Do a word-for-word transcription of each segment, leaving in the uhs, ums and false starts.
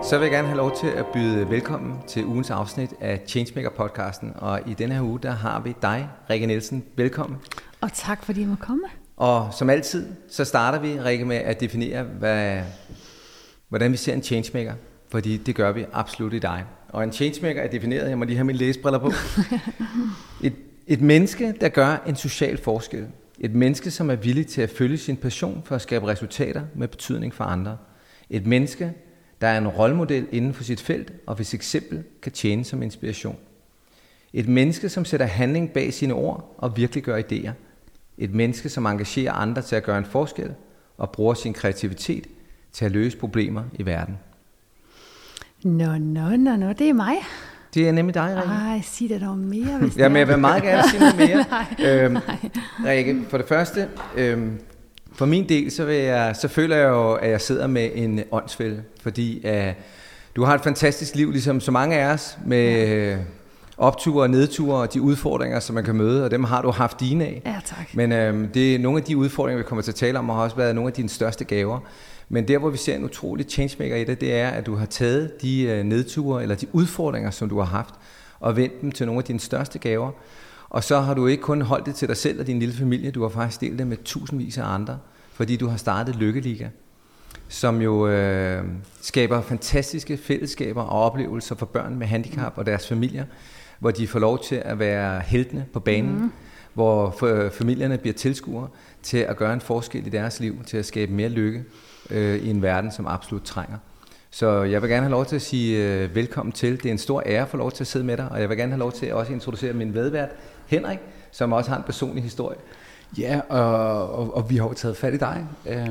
Så vil jeg gerne have lov til at byde velkommen til ugens afsnit af Changemaker-podcasten. Og i denne her uge, der har vi dig, Rikke Nielsen. Velkommen. Og tak fordi I må komme. Og som altid, så starter vi, Rikke, med at definere, hvad, hvordan vi ser en changemaker. Fordi det gør vi absolut i dig. Og en changemaker er defineret, jeg må lige have mine læsebriller på. Et, et menneske, der gør en social forskel. Et menneske, som er villig til at følge sin passion for at skabe resultater med betydning for andre. Et menneske, der er en rollemodel inden for sit felt, og hvis eksempel kan tjene som inspiration. Et menneske, som sætter handling bag sine ord og virkelig gør idéer. Et menneske, som engagerer andre til at gøre en forskel, og bruger sin kreativitet til at løse problemer i verden. Nå, nå, nå, nå, det er mig. Det er nemlig dig, Rikke. Ej, sig det dog mere, hvis det Jamen, jeg vil meget gerne sige noget mere. nej, øhm, nej. Rikke, for det første, øhm, for min del, så, vil jeg, så føler jeg jo, at jeg sidder med en åndsfælde, fordi uh, du har et fantastisk liv, ligesom så mange af os, med ja. opture og nedture og de udfordringer, som man kan møde, og dem har du haft dine af. Ja, tak. Men øhm, det er nogle af de udfordringer, vi kommer til at tale om, og har også været nogle af dine største gaver. Men der, hvor vi ser en utrolig changemaker i det, det er, at du har taget de øh, nedture, eller de udfordringer, som du har haft, og vendt dem til nogle af dine største gaver. Og så har du ikke kun holdt det til dig selv og din lille familie, du har faktisk delt det med tusindvis af andre, fordi du har startet Lykkeliga, som jo øh, skaber fantastiske fællesskaber og oplevelser for børn med handicap og deres familier, hvor de får lov til at være heltene på banen, mm. hvor familierne bliver tilskuere til at gøre en forskel i deres liv, til at skabe mere lykke øh, i en verden, som absolut trænger. Så jeg vil gerne have lov til at sige øh, velkommen til. Det er en stor ære at få lov til at sidde med dig, og jeg vil gerne have lov til at også introducere min medvært, Henrik, som også har en personlig historie. Ja, og, og, og vi har jo taget fat i dig.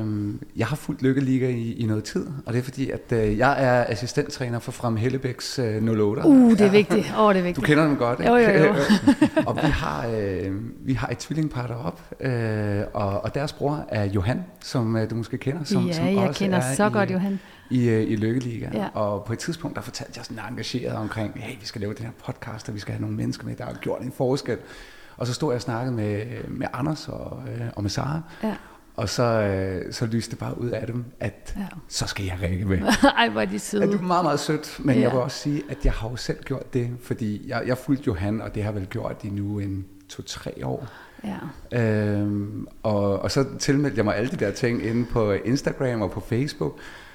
Jeg har fulgt Lykkeliga i, i noget tid, og det er fordi, at jeg er assistenttræner for Frem Hellebæks nul otte. Uh, det er vigtigt. Åh, oh, det er vigtigt. Du kender dem godt, ikke? Jo, jo, jo. Og vi har, øh, vi har et tvillingpar deroppe, øh, og, og deres bror er Johan, som øh, du måske kender. Som, ja, som jeg også kender så i, godt Johan. I, i, i Lykkeliga. Ja. Og på et tidspunkt, der fortalte jeg sådan engageret omkring, hey, vi skal lave den her podcast, og vi skal have nogle mennesker med, der har gjort en forskel. Og så stod jeg og snakkede med, med Anders og, øh, og med Sara, ja. og så, øh, så lyste det bare ud af dem, at ja. så skal jeg Rikke med. Ej, hvor er de søde. Det er meget, meget sødt, men ja. jeg vil også sige, at jeg har jo selv gjort det, fordi jeg, jeg fulgte Johan, og det har vel gjort i nu en to-tre år. Ja. Øhm, og, og så tilmeldte jeg mig alle de der ting inde på Instagram og på Facebook.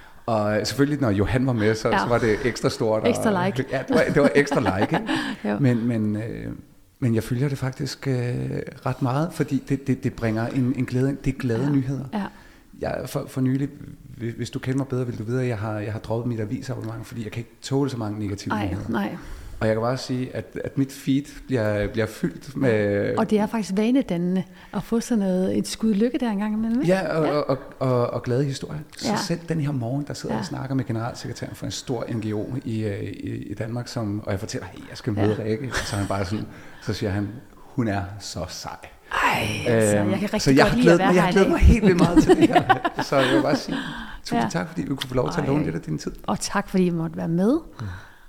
Og selvfølgelig, når Johan var med, så, ja. så var det ekstra stort. Ekstra like. Og, ja, det var, det var ekstra like. men... men øh, Men jeg følger det faktisk øh, ret meget, fordi det, det, det bringer en, en glæde, det er glade ja. nyheder. Ja. Jeg, for, for nylig, hvis du kender mig bedre, vil du vide, at jeg har, jeg har droppet mit avisabonnement, fordi jeg kan ikke tåle så mange negative Ej, nyheder. Nej. Og jeg kan bare sige, at, at mit feed bliver, bliver fyldt med... Og det er faktisk vanedannende at få sådan noget, et skud lykke der engang imellem. Ja, og, ja. Og, og, og, og glade historier. Så ja. selv den her morgen, der sidder ja. og snakker med generalsekretæren for en stor N G O i, i, i Danmark, som, og jeg fortæller, hey, jeg skal møde ja. Rikke, og så, han bare sådan, så siger han, hun er så sej. Ej, altså, jeg kan rigtig så jeg godt lide at være mig, her jeg glæder mig helt vildt meget til det her. Så jeg vil bare sige, tusind ja. tak, fordi vi kunne få lov til at låne lidt af din tid. Og tak, fordi I måtte være med. Mm.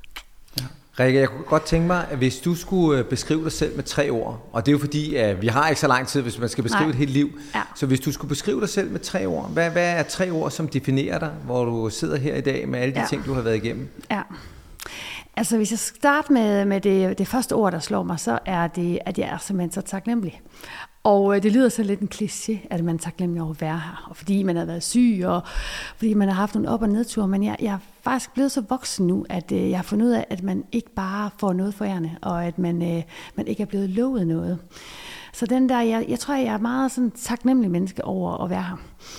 Rikke, jeg kunne godt tænke mig, at hvis du skulle beskrive dig selv med tre ord, og det er jo fordi, at vi har ikke så lang tid, hvis man skal beskrive Nej. et helt liv, ja. så hvis du skulle beskrive dig selv med tre ord, hvad, hvad er tre ord, som definerer dig, hvor du sidder her i dag med alle de ja. ting, du har været igennem? Ja. Altså hvis jeg starter med, med det, det første ord, der slår mig, så er det, at jeg er simpelthen så taknemmelig. Og det lyder så lidt en kliché, at man er taknemmelig over at være her, og fordi man har været syg, og fordi man har haft nogle op- og nedture, men jeg, jeg er faktisk blevet så voksen nu, at øh, jeg har fundet ud af, at man ikke bare får noget for ærende, og at man, øh, man ikke er blevet lovet noget. Så den der, jeg, jeg tror, jeg er meget sådan taknemmelig menneske over at være her.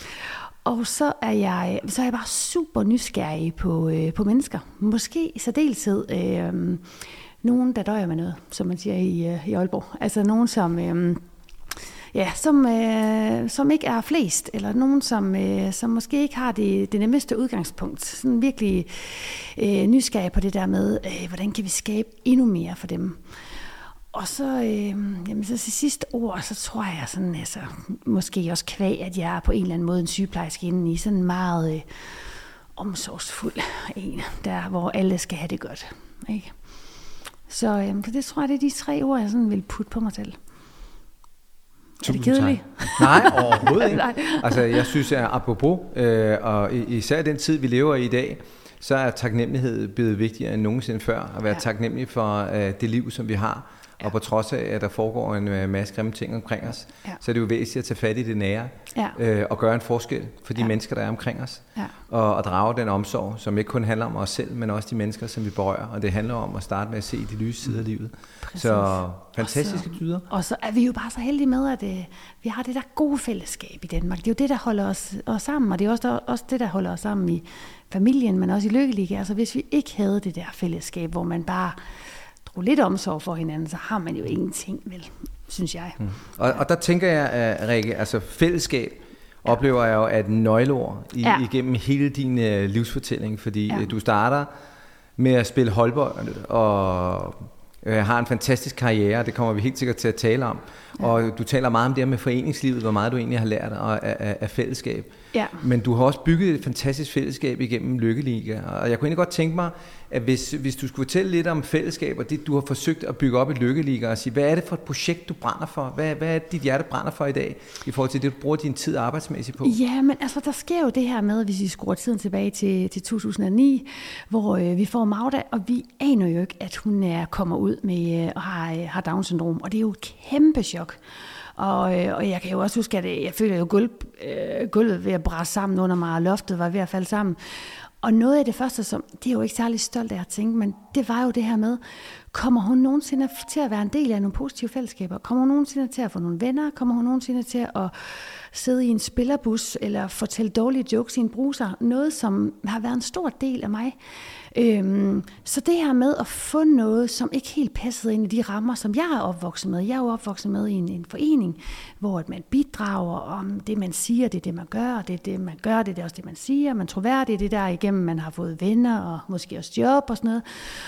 Og så er jeg, så er jeg bare super nysgerrig på, øh, på mennesker. Måske i særdeleshed øh, nogen, der døjer med noget, som man siger i, øh, i Aalborg. Altså nogen, som... Øh, Ja, som, øh, som ikke er flest, eller nogen, som, øh, som måske ikke har det, det nemmeste udgangspunkt. Sådan virkelig øh, nysgerrig på det der med, øh, hvordan kan vi skabe endnu mere for dem. Og så, øh, jamen, så til sidste ord, så tror jeg sådan, altså, måske også kvæg, at jeg er på en eller anden måde en sygeplejerske inde i sådan en meget øh, omsorgsfuld en, der hvor alle skal have det godt. Ikke? Så, øh, så det tror jeg, det er de tre ord, jeg sådan vil putte på mig selv. Er det kedeligt? Nej, overhovedet ikke. Altså, jeg synes, at apropos, øh, og især den tid, vi lever i i dag, så er taknemmelighed blevet vigtigere end nogensinde før. At være ja. taknemmelig for uh, det liv, som vi har. Ja. Og på trods af, at der foregår en masse grimme ting omkring os, ja. så er det jo væsentligt at tage fat i det nære, ja. øh, og gøre en forskel for de ja. mennesker, der er omkring os. Ja. Og, og drage den omsorg, som ikke kun handler om os selv, men også de mennesker, som vi berører. Og det handler om at starte med at se de lyse sider af livet. Præcis. Så fantastiske dyder. Og så er vi jo bare så heldige med, at øh, vi har det der gode fællesskab i Danmark. Det er jo det, der holder os, os sammen, og det er også, der, også det, der holder os sammen i familien, men også i Lykkeliga. Altså hvis vi ikke havde det der fællesskab, hvor man bare lidt omsorg for hinanden, så har man jo ingenting, vel, synes jeg. Mm. Og, og der tænker jeg, Rikke, altså fælleskab ja. oplever jeg jo at et nøgleord i, ja. igennem hele din uh, livsfortælling, fordi ja. du starter med at spille håndbold og uh, har en fantastisk karriere, det kommer vi helt sikkert til at tale om. Ja. Og du taler meget om det her med foreningslivet, hvor meget du egentlig har lært af, af, af fællesskab. Ja. Men du har også bygget et fantastisk fællesskab igennem Lykkeliga. Og jeg kunne egentlig godt tænke mig, at hvis, hvis du skulle fortælle lidt om fællesskab, og det du har forsøgt at bygge op i Lykkeliga, og sige, hvad er det for et projekt, du brænder for? Hvad, hvad er det, dit hjerte brænder for i dag, i forhold til det, du bruger din tid arbejdsmæssigt på? Ja, men altså, der sker jo det her med, hvis vi skruer tiden tilbage til, til to tusind og ni, hvor øh, vi får Magda, og vi aner jo ikke, at hun er kommer ud med øh, og har, øh, har Down-syndrom, og det er jo et kæmpe chok. Og, øh, og jeg kan jo også huske, at jeg føler jo gulv, øh, gulvet ved at bræse sammen under mig, og loftet var ved at falde sammen. Og noget af det første, som det er jo ikke særlig stolt af at tænke, men det var jo det her med, kommer hun nogensinde til at være en del af nogle positive fællesskaber? Kommer hun nogensinde til at få nogle venner? Kommer hun nogensinde til at sidde i en spillerbus, eller fortælle dårlige jokes i en bruser? Noget, som har været en stor del af mig. Øhm, så det her med at få noget, som ikke helt passede ind i de rammer, som jeg er opvokset med. Jeg er jo opvokset med i en, en forening, hvor man bidrager om det, man siger, det er det, man gør, det er det, man gør, det er også det, man siger. Man tror værd, det er det der igennem, man har fået venner og måske også job og sådan noget.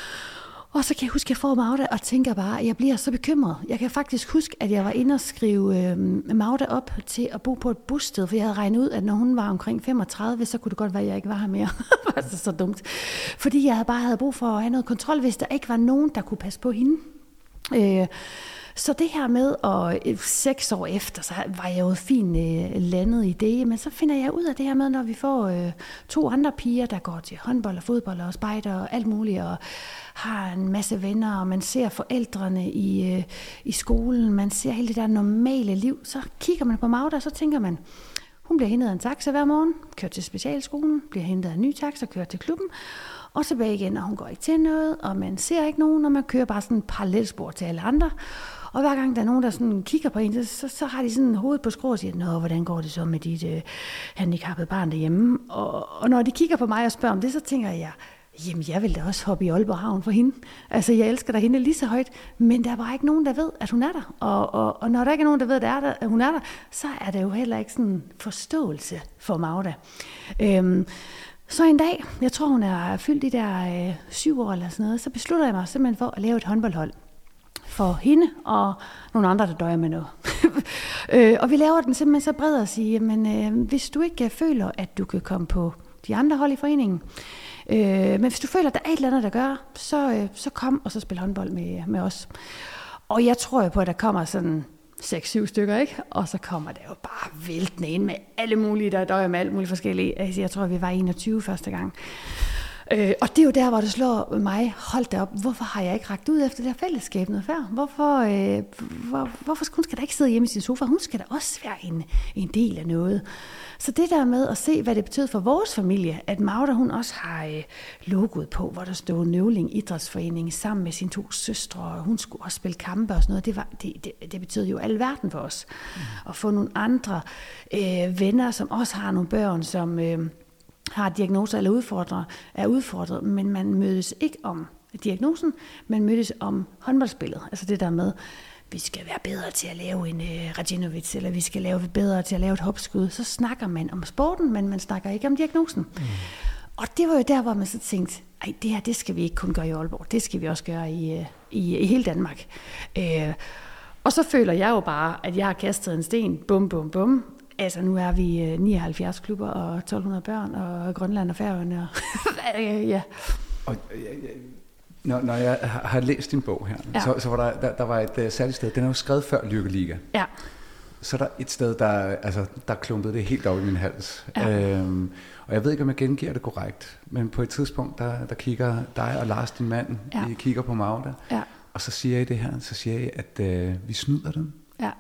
Og så kan jeg huske, at jeg får Magda og tænker bare, at jeg bliver så bekymret. Jeg kan faktisk huske, at jeg var inde og skrive øh, Magda op til at bo på et bussted, for jeg havde regnet ud, at når hun var omkring femogtredive, så kunne det godt være, at jeg ikke var her mere. Det var så dumt. Fordi jeg bare havde brug for at have noget kontrol, hvis der ikke var nogen, der kunne passe på hende. Øh, Så det her med, og seks år efter, så var jeg jo fint øh, landet i det, men så finder jeg ud af det her med, når vi får øh, to andre piger, der går til håndbold og fodbold og spejder og alt muligt, og har en masse venner, og man ser forældrene i, øh, i skolen, man ser hele det der normale liv, så kigger man på Magda, og så tænker man, hun bliver hentet af en taxa hver morgen, kører til specialskolen, bliver hentet af en ny taxa, kører til klubben, og tilbage igen, og hun går ikke til noget, og man ser ikke nogen, og man kører bare sådan en parallelspor til alle andre. Og hver gang der er nogen, der sådan kigger på en, så, så har de sådan hovedet på skrå og siger, nå, hvordan går det så med dit øh, handicappede barn derhjemme? Og, og når de kigger på mig og spørger om det, så tænker jeg, jamen jeg vil da også hoppe i Aalborg Havn for hende. Altså jeg elsker da hende lige så højt, men der er bare ikke nogen, der ved, at hun er der. Og, og, og når der ikke er nogen, der ved, der er der, at hun er der, så er der jo heller ikke sådan forståelse for Magda. Øhm, Så en dag, jeg tror hun er fyldt de der øh, syv år eller sådan noget, så beslutter jeg mig simpelthen for at lave et håndboldhold for hende og nogle andre, der døjer med noget. øh, og vi laver den simpelthen så bred at sige, men øh, hvis du ikke føler, at du kan komme på de andre hold i foreningen, øh, men hvis du føler, at der er et eller andet, der gør, så, øh, så kom og så spil håndbold med, med os. Og jeg tror jo på, at der kommer sådan seks syv stykker, ikke? Og så kommer der jo bare væltende ind med alle mulige, der døjer med alt muligt forskellige. Altså, jeg tror, vi var enogtyve første gang. Øh, og det er jo der, hvor det slår mig, hold da op, hvorfor har jeg ikke rakt ud efter det her fællesskab noget før? Hvorfor, øh, hvor, hvorfor hun skal da ikke sidde hjemme i sin sofa? Hun skal da også være en, en del af noget. Så det der med at se, hvad det betød for vores familie, at Magda, hun også har øh, logoet på, hvor der stod Nøvling Idrætsforening sammen med sine to søstre, og hun skulle også spille kampe og sådan noget. Det, var, det, det, det betød jo alverden for os. Mm. At få nogle andre øh, venner, som også har nogle børn, som Øh, har diagnoser eller udfordrer, er udfordret, men man mødes ikke om diagnosen, man mødes om håndboldspillet. Altså det der med, vi skal være bedre til at lave en uh, Radjenovic, eller vi skal lave bedre til at lave et hopskud. Så snakker man om sporten, men man snakker ikke om diagnosen. Mm. Og det var jo der, hvor man så tænkte, ej, det her, det skal vi ikke kun gøre i Aalborg, det skal vi også gøre i, i, i hele Danmark. Uh, og så føler jeg jo bare, at jeg har kastet en sten, bum, bum, bum. Altså, nu er vi nioghalvfjerds klubber og tolv hundrede børn, og Grønland og Færøerne. Og ja. Og, når, når jeg har læst din bog her, ja. så, så var der, der, der var et uh, særligt sted. Den er jo skrevet før Lykkeliga. Ja. så er der et sted, der, altså, der klumpede det helt op i min hals. Ja. Øhm, og jeg ved ikke, om jeg gengiver det korrekt, men på et tidspunkt, der, der kigger dig og Lars, din mand, ja. I kigger på Magda, ja. Og så siger I det her, så siger I, at øh, vi snyder dem. Ja.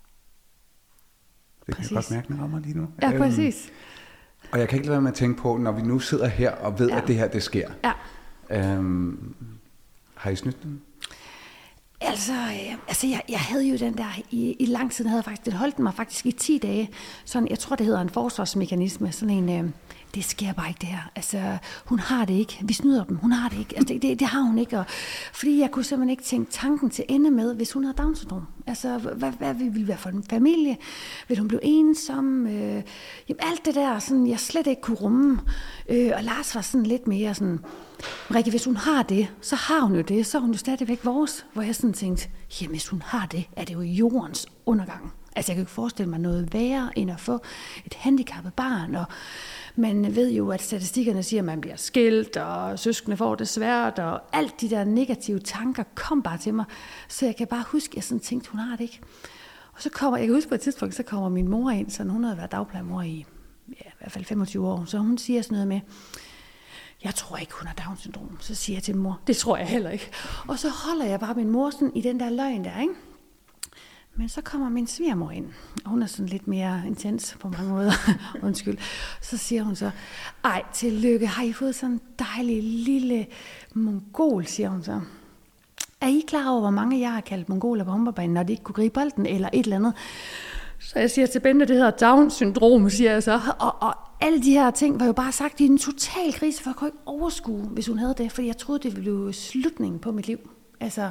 Det præcis. kan jeg godt mærke, den rammer lige nu. Ja, præcis. Øhm, og jeg kan ikke lade være med at tænke på, når vi nu sidder her og ved, ja. At det her, det sker. Ja. Øhm, har I snydt dem? Altså, øh, altså jeg, jeg havde jo den der, i, i lang tid havde jeg faktisk, det holdt mig faktisk i ti dage, sådan, jeg tror det hedder en forsvarsmekanisme, sådan en, øh, det sker bare ikke det her, altså hun har det ikke, vi snyder dem, hun har det ikke, altså det, det, det har hun ikke, og, fordi jeg kunne simpelthen ikke tænke tanken til ende med, hvis hun havde Down-syndrom, altså hvad, hvad ville vi være for en familie, vil hun blive ensom, øh, jamen, alt det der, sådan, jeg slet ikke kunne rumme, øh, og Lars var sådan lidt mere sådan, Rikke, hvis hun har det, så har hun jo det, så er hun jo stadigvæk vores, hvor jeg sådan tænkte, jamen hvis hun har det, er det jo jordens undergang. Altså jeg kan ikke forestille mig noget værre, end at få et handicappet barn, og man ved jo, at statistikkerne siger, at man bliver skilt, og søskende får det svært, og alt de der negative tanker kom bare til mig, så jeg kan bare huske, at jeg sådan tænkte, hun har det ikke. Og så kommer, jeg kan huske på et tidspunkt, så kommer min mor ind, så hun havde været dagplejemor i, ja, i hvert fald femogtyve år, så hun siger sådan noget med, jeg tror ikke, hun har Down-syndrom. Så siger jeg til min mor, det tror jeg heller ikke. Og så holder jeg bare min mor sådan i den der løgn der, ikke? Men så kommer min svigermor ind, og hun er sådan lidt mere intens på mange måder. Undskyld. Så siger hun så, ej, tillykke, har I fået sådan en dejlig lille mongol, siger hun så. Er I klar over, hvor mange jeg har kaldt mongoler på håndboldbanen, når de ikke kunne gribe bolden, eller et eller andet? Så jeg siger til Bente, det hedder Down-syndrom, siger jeg så. Og, og alle de her ting var jo bare sagt i en total krise, for jeg kunne ikke overskue, hvis hun havde det, fordi jeg troede, det ville blive slutningen på mit liv. Altså,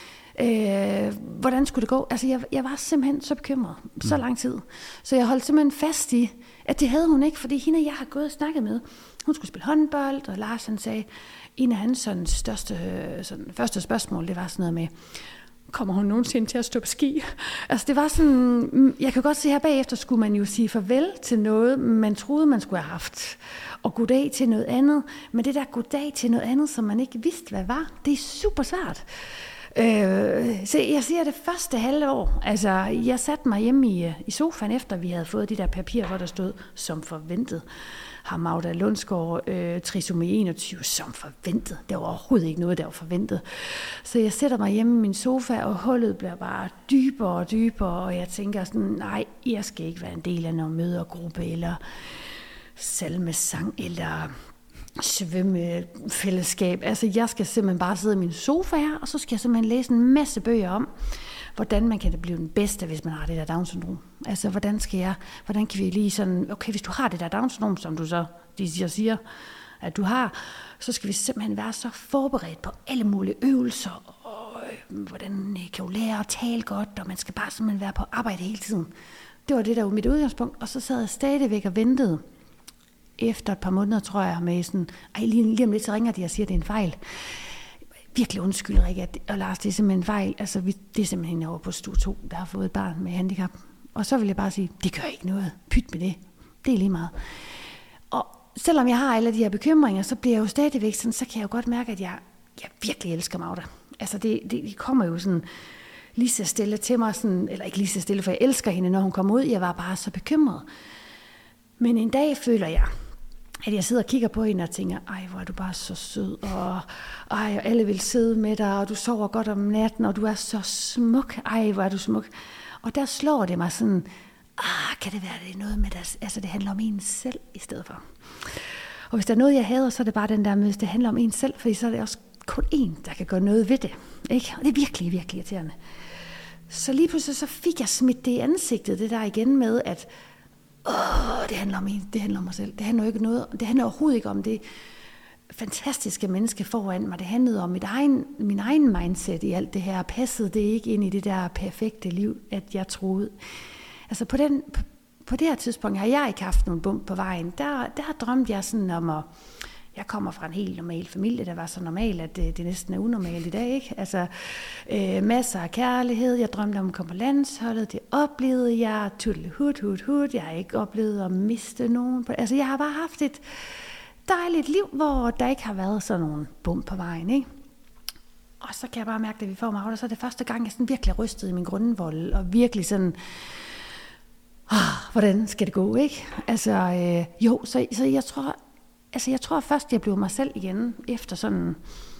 øh, hvordan skulle det gå? Altså, jeg, jeg var simpelthen så bekymret, så lang tid. Så jeg holdt simpelthen fast i, at det havde hun ikke, fordi hende og jeg har gået og snakket med. Hun skulle spille håndbold, og Lars han sagde, en af hans sådan, største, sådan, første spørgsmål, det var sådan noget med, kommer hun nogensinde til at stå på ski? Altså det var sådan, jeg kan godt se her bagefter, skulle man jo sige farvel til noget, man troede, man skulle have haft, og goddag til noget andet. Men det der goddag til noget andet, som man ikke vidste, hvad var, det er super svært. Øh, så jeg siger det første halve år, altså jeg satte mig hjemme i, i sofaen, efter vi havde fået de der papirer, hvor der stod, som forventet. Har Magda Lundsgaard øh, trisomi enogtyve som forventet. Det var overhovedet ikke noget, der var forventet. Så jeg sætter mig hjemme i min sofa, og hullet bliver bare dybere og dybere, og jeg tænker sådan, nej, jeg skal ikke være en del af noget mødergruppe, eller salmesang, eller svømmefællesskab. Altså, jeg skal simpelthen bare sidde i min sofa her, og så skal jeg simpelthen læse en masse bøger om, hvordan man kan blive den bedste, hvis man har det der Down-syndrom. Altså, hvordan skal jeg, hvordan kan vi lige sådan, okay, hvis du har det der Down-syndrom, som du så, de siger, siger, at du har, så skal vi simpelthen være så forberedt på alle mulige øvelser, og øh, hvordan kan du lære at tale godt, og man skal bare simpelthen være på arbejde hele tiden. Det var det, der var mit udgangspunkt, og så sad jeg stadigvæk og ventede, efter et par måneder, tror jeg, med sådan, ej, lige, lige om lidt, så ringer de og siger, at det er en fejl. Virkelig undskyld, Rikke, og Lars, det er simpelthen en fejl. Altså, vi, det er simpelthen over på stue to, der har fået et barn med handicap. Og så vil jeg bare sige, det gør ikke noget. Pyt med det. Det er lige meget. Og selvom jeg har alle de her bekymringer, så bliver jeg jo stadigvæk sådan, så kan jeg jo godt mærke, at jeg, jeg virkelig elsker Magda. Altså, det, det, det kommer jo sådan lige så stille til mig, sådan, eller ikke lige så stille, for jeg elsker hende, når hun kommer ud. Jeg var bare så bekymret. Men en dag føler jeg, at jeg sidder og kigger på hende og tænker, ej, hvor er du bare så sød, og ej, og alle vil sidde med dig, og du sover godt om natten, og du er så smuk, ej, hvor er du smuk. Og der slår det mig sådan, ah, kan det være, det er noget med det, altså det handler om en selv i stedet for. Og hvis der er noget, jeg hader, så er det bare den der med, hvis det handler om en selv, fordi så er det også kun en, der kan gøre noget ved det, ikke? Og det er virkelig, virkelig irriterende. Så lige pludselig så fik jeg smidt det i ansigtet, det der igen med, at åh, det handler om en, det handler om mig selv. Det handler jo ikke noget, det handler overhovedet ikke om det fantastiske menneske foran mig. Det handlede om mit egen, min egen mindset i alt det her. Passede det ikke ind i det der perfekte liv, at jeg troede. Altså på, den, på, på det her tidspunkt har jeg ikke haft nogen bump på vejen. Der, der drømte jeg sådan om at, jeg kommer fra en helt normal familie, der var så normal, at det, det næsten er unormalt i dag, ikke? Altså øh, masser af kærlighed. Jeg drømte om at komme på landsholdet. Det oplevede jeg. Tuttle hud, hud, hud. Jeg har ikke oplevet at miste nogen. Altså jeg har bare haft et dejligt liv, hvor der ikke har været sådan nogen bump på vejen, ikke? Og så kan jeg bare mærke, at vi får Magda, så er det første gang, jeg sådan virkelig rystede i min grundvold, og virkelig sådan oh, hvordan skal det gå, ikke? Altså, øh, jo, så, så jeg tror, altså jeg tror først, jeg blev mig selv igen, efter sådan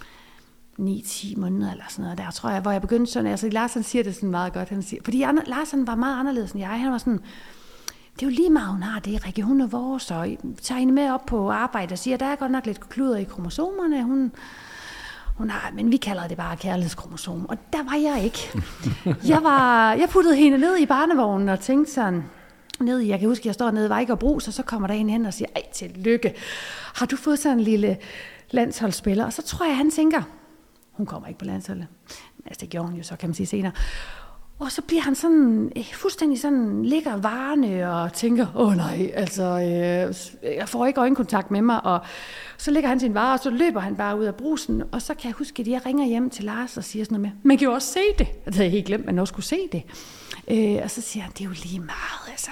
ni til ti måneder eller sådan noget der, tror jeg, hvor jeg begyndte sådan, altså Lars han siger det sådan meget godt, han siger, fordi andre, Lars han var meget anderledes end jeg, han var sådan, det er jo lige meget, hun har det, Rikke, hun er vores, og tager hende med op på arbejde og siger, der er godt nok lidt kluder i kromosomerne, hun, hun har, men vi kalder det bare kærlighedskromosom, og der var jeg ikke. Jeg, var, jeg puttede hende ned i barnevognen og tænkte sådan, ned, jeg kan huske, jeg står nede i Vejgaard Brugs, og så kommer der en hen og siger, ej, tillykke, har du fået sådan en lille landsholdsspiller? Og så tror jeg, han tænker, hun kommer ikke på landsholdet. Altså det gjorde hun jo så, kan man sige senere. Og så bliver han sådan, fuldstændig sådan, ligger varende og tænker, åh nej, altså, øh, jeg får ikke øjenkontakt med mig. Og så ligger han sin vare, og så løber han bare ud af brusen. Og så kan jeg huske, at jeg ringer hjem til Lars og siger sådan noget med, man kan jo også se det. Det havde jeg helt glemt, at man også skulle se det. Øh, og så siger han, det er jo lige meget, altså.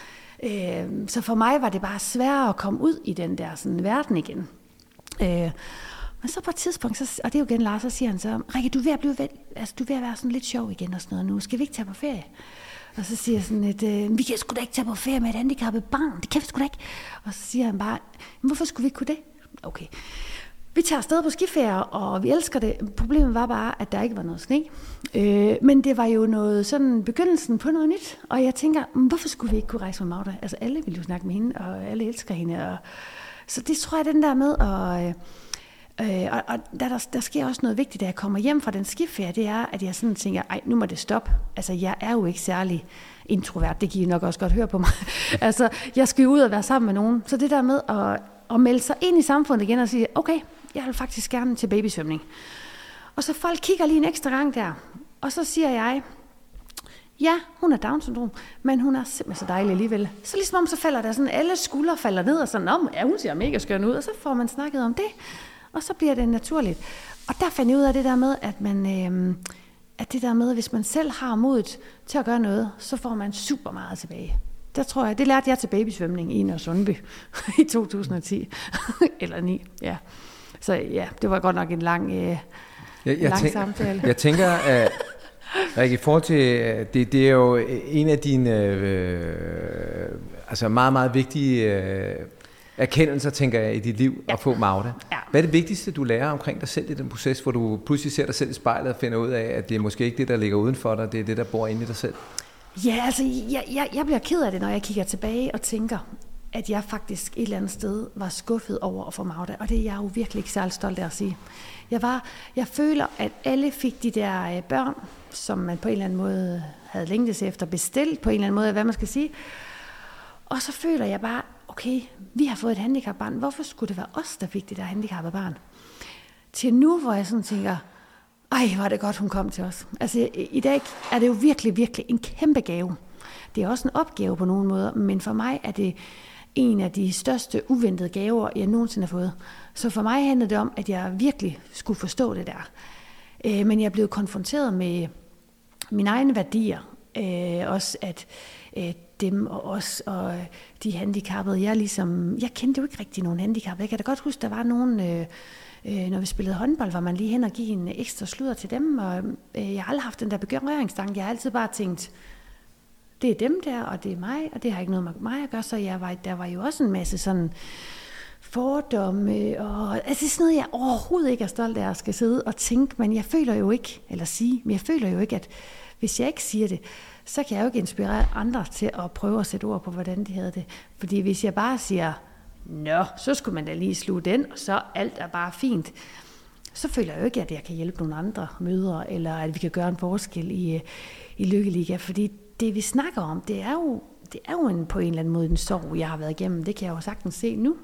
Øh, så for mig var det bare svært at komme ud i den der sådan, verden igen. Øh, Men så på et tidspunkt, så, og det er jo igen Lars, så siger han så, Rikke, du er ved at, blive, altså, du er ved at være sådan lidt sjov igen og sådan noget nu. Skal vi ikke tage på ferie? Og så siger jeg sådan lidt, øh, vi kan sgu da ikke tage på ferie med et handicappet barn. Det kan vi sgu da ikke. Og så siger han bare, hvorfor skulle vi ikke kunne det? Okay. Vi tager afsted på skiferie, og vi elsker det. Problemet var bare, at der ikke var noget sne. Øh, men det var jo noget sådan begyndelsen på noget nyt. Og jeg tænker, hvorfor skulle vi ikke kunne rejse med Magda? Altså alle ville jo snakke med hende, og alle elsker hende. Og, så det tror jeg, den der med at... Øh, Øh, og og der, der, der sker også noget vigtigt, da jeg kommer hjem fra den skiferie, det er, at jeg sådan tænker, ej, nu må det stoppe. Altså, jeg er jo ikke særlig introvert, det kan I nok også godt høre på mig. Altså, jeg skal jo ud og være sammen med nogen. Så det der med at, at melde sig ind i samfundet igen og sige, okay, jeg vil faktisk gerne til babysvømning. Og så folk kigger lige en ekstra gang der, og så siger jeg, ja, hun har Down-syndrom, men hun er simpelthen så dejlig alligevel. Så ligesom om, så falder der sådan, alle skuldre falder ned, og sådan, om, ja, hun ser mega skøn ud, og så får man snakket om det. Og så bliver det naturligt. Og der fandt jeg ud af det der med, at man, øh, at det der med, hvis man selv har modet til at gøre noget, så får man super meget tilbage. Der tror jeg, det lærte jeg til babysvømning i Nørresundby i to tusind og ti eller ni. Ja. Så ja, det var godt nok en lang, øh, jeg, jeg lang tænk, samtale. Jeg tænker, at Rikke, i forhold til det, det er jo en af dine øh, altså meget meget vigtige øh, erkendelser, tænker jeg, i dit liv, ja. At få Magda. Ja. Hvad er det vigtigste, du lærer omkring dig selv i den proces, hvor du pludselig ser dig selv i spejlet og finder ud af, at det er måske ikke det, der ligger uden for dig, det er det, der bor inde i dig selv? Ja, altså, jeg, jeg, jeg bliver ked af det, når jeg kigger tilbage og tænker, at jeg faktisk et eller andet sted var skuffet over at få Magda, og det er jeg jo virkelig ikke særlig stolt af at sige. Jeg, var, jeg føler, at alle fik de der øh, børn, som man på en eller anden måde havde længtes efter, bestilt på en eller anden måde, hvad man skal sige. Og så føler jeg bare, okay, vi har fået et handicapbarn. Hvorfor skulle det være os, der fik det der handicappede barn? Til nu, hvor jeg sådan tænker, ej, hvor er det godt, hun kom til os. Altså, i dag er det jo virkelig, virkelig en kæmpe gave. Det er også en opgave på nogle måder, men for mig er det en af de største uventede gaver, jeg nogensinde har fået. Så for mig handlede det om, at jeg virkelig skulle forstå det der. Men jeg blev konfronteret med mine egne værdier. Også at dem og os og de handicappede, jeg ligesom, jeg kendte jo ikke rigtig nogen handicappede. Jeg kan da godt huske, der var nogen, øh, øh, når vi spillede håndbold, var man lige hen og give en ekstra sludder til dem, og øh, jeg har aldrig haft den der berøringstanke. Jeg har altid bare tænkt, det er dem der, og det er mig, og det har ikke noget med mig at gøre, så jeg var, der var jo også en masse sådan fordomme, og altså sådan noget, jeg overhovedet ikke er stolt af at skal sidde og tænke, men jeg føler jo ikke, eller sige, men jeg føler jo ikke, at hvis jeg ikke siger det, så kan jeg jo ikke inspirere andre til at prøve at sætte ord på, hvordan de havde det. Fordi hvis jeg bare siger, nå, så skulle man da lige sluge den, og så alt er bare fint, så føler jeg jo ikke, at jeg kan hjælpe nogle andre mødre, eller at vi kan gøre en forskel i, i Lykkeliga. Fordi det, vi snakker om, det er jo, det er jo en, på en eller anden måde en sorg, jeg har været igennem. Det kan jeg jo sagtens se nu.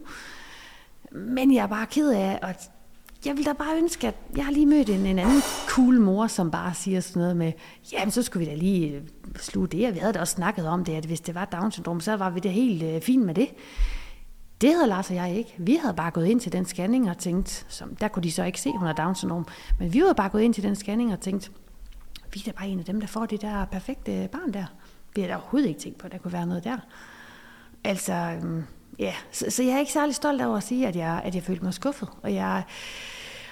Men jeg er bare ked af, at jeg vil da bare ønske, at jeg har lige mødt en, en anden cool mor, som bare siger sådan noget med, jamen så skulle vi da lige sluge det, og vi havde da også snakket om det, at hvis det var Down-syndrom, så var vi da helt øh, fint med det. Det havde Lars og jeg ikke. Vi havde bare gået ind til den scanning og tænkt, som, der kunne de så ikke se, hun har Down-syndrom, men vi havde bare gået ind til den scanning og tænkt, vi er da bare en af dem, der får det der perfekte barn der. Vi havde da overhovedet ikke tænkt på, at der kunne være noget der. Altså, øhm, ja, så, så jeg er ikke særlig stolt over at sige, at jeg, at jeg følte mig skuffet. Og jeg,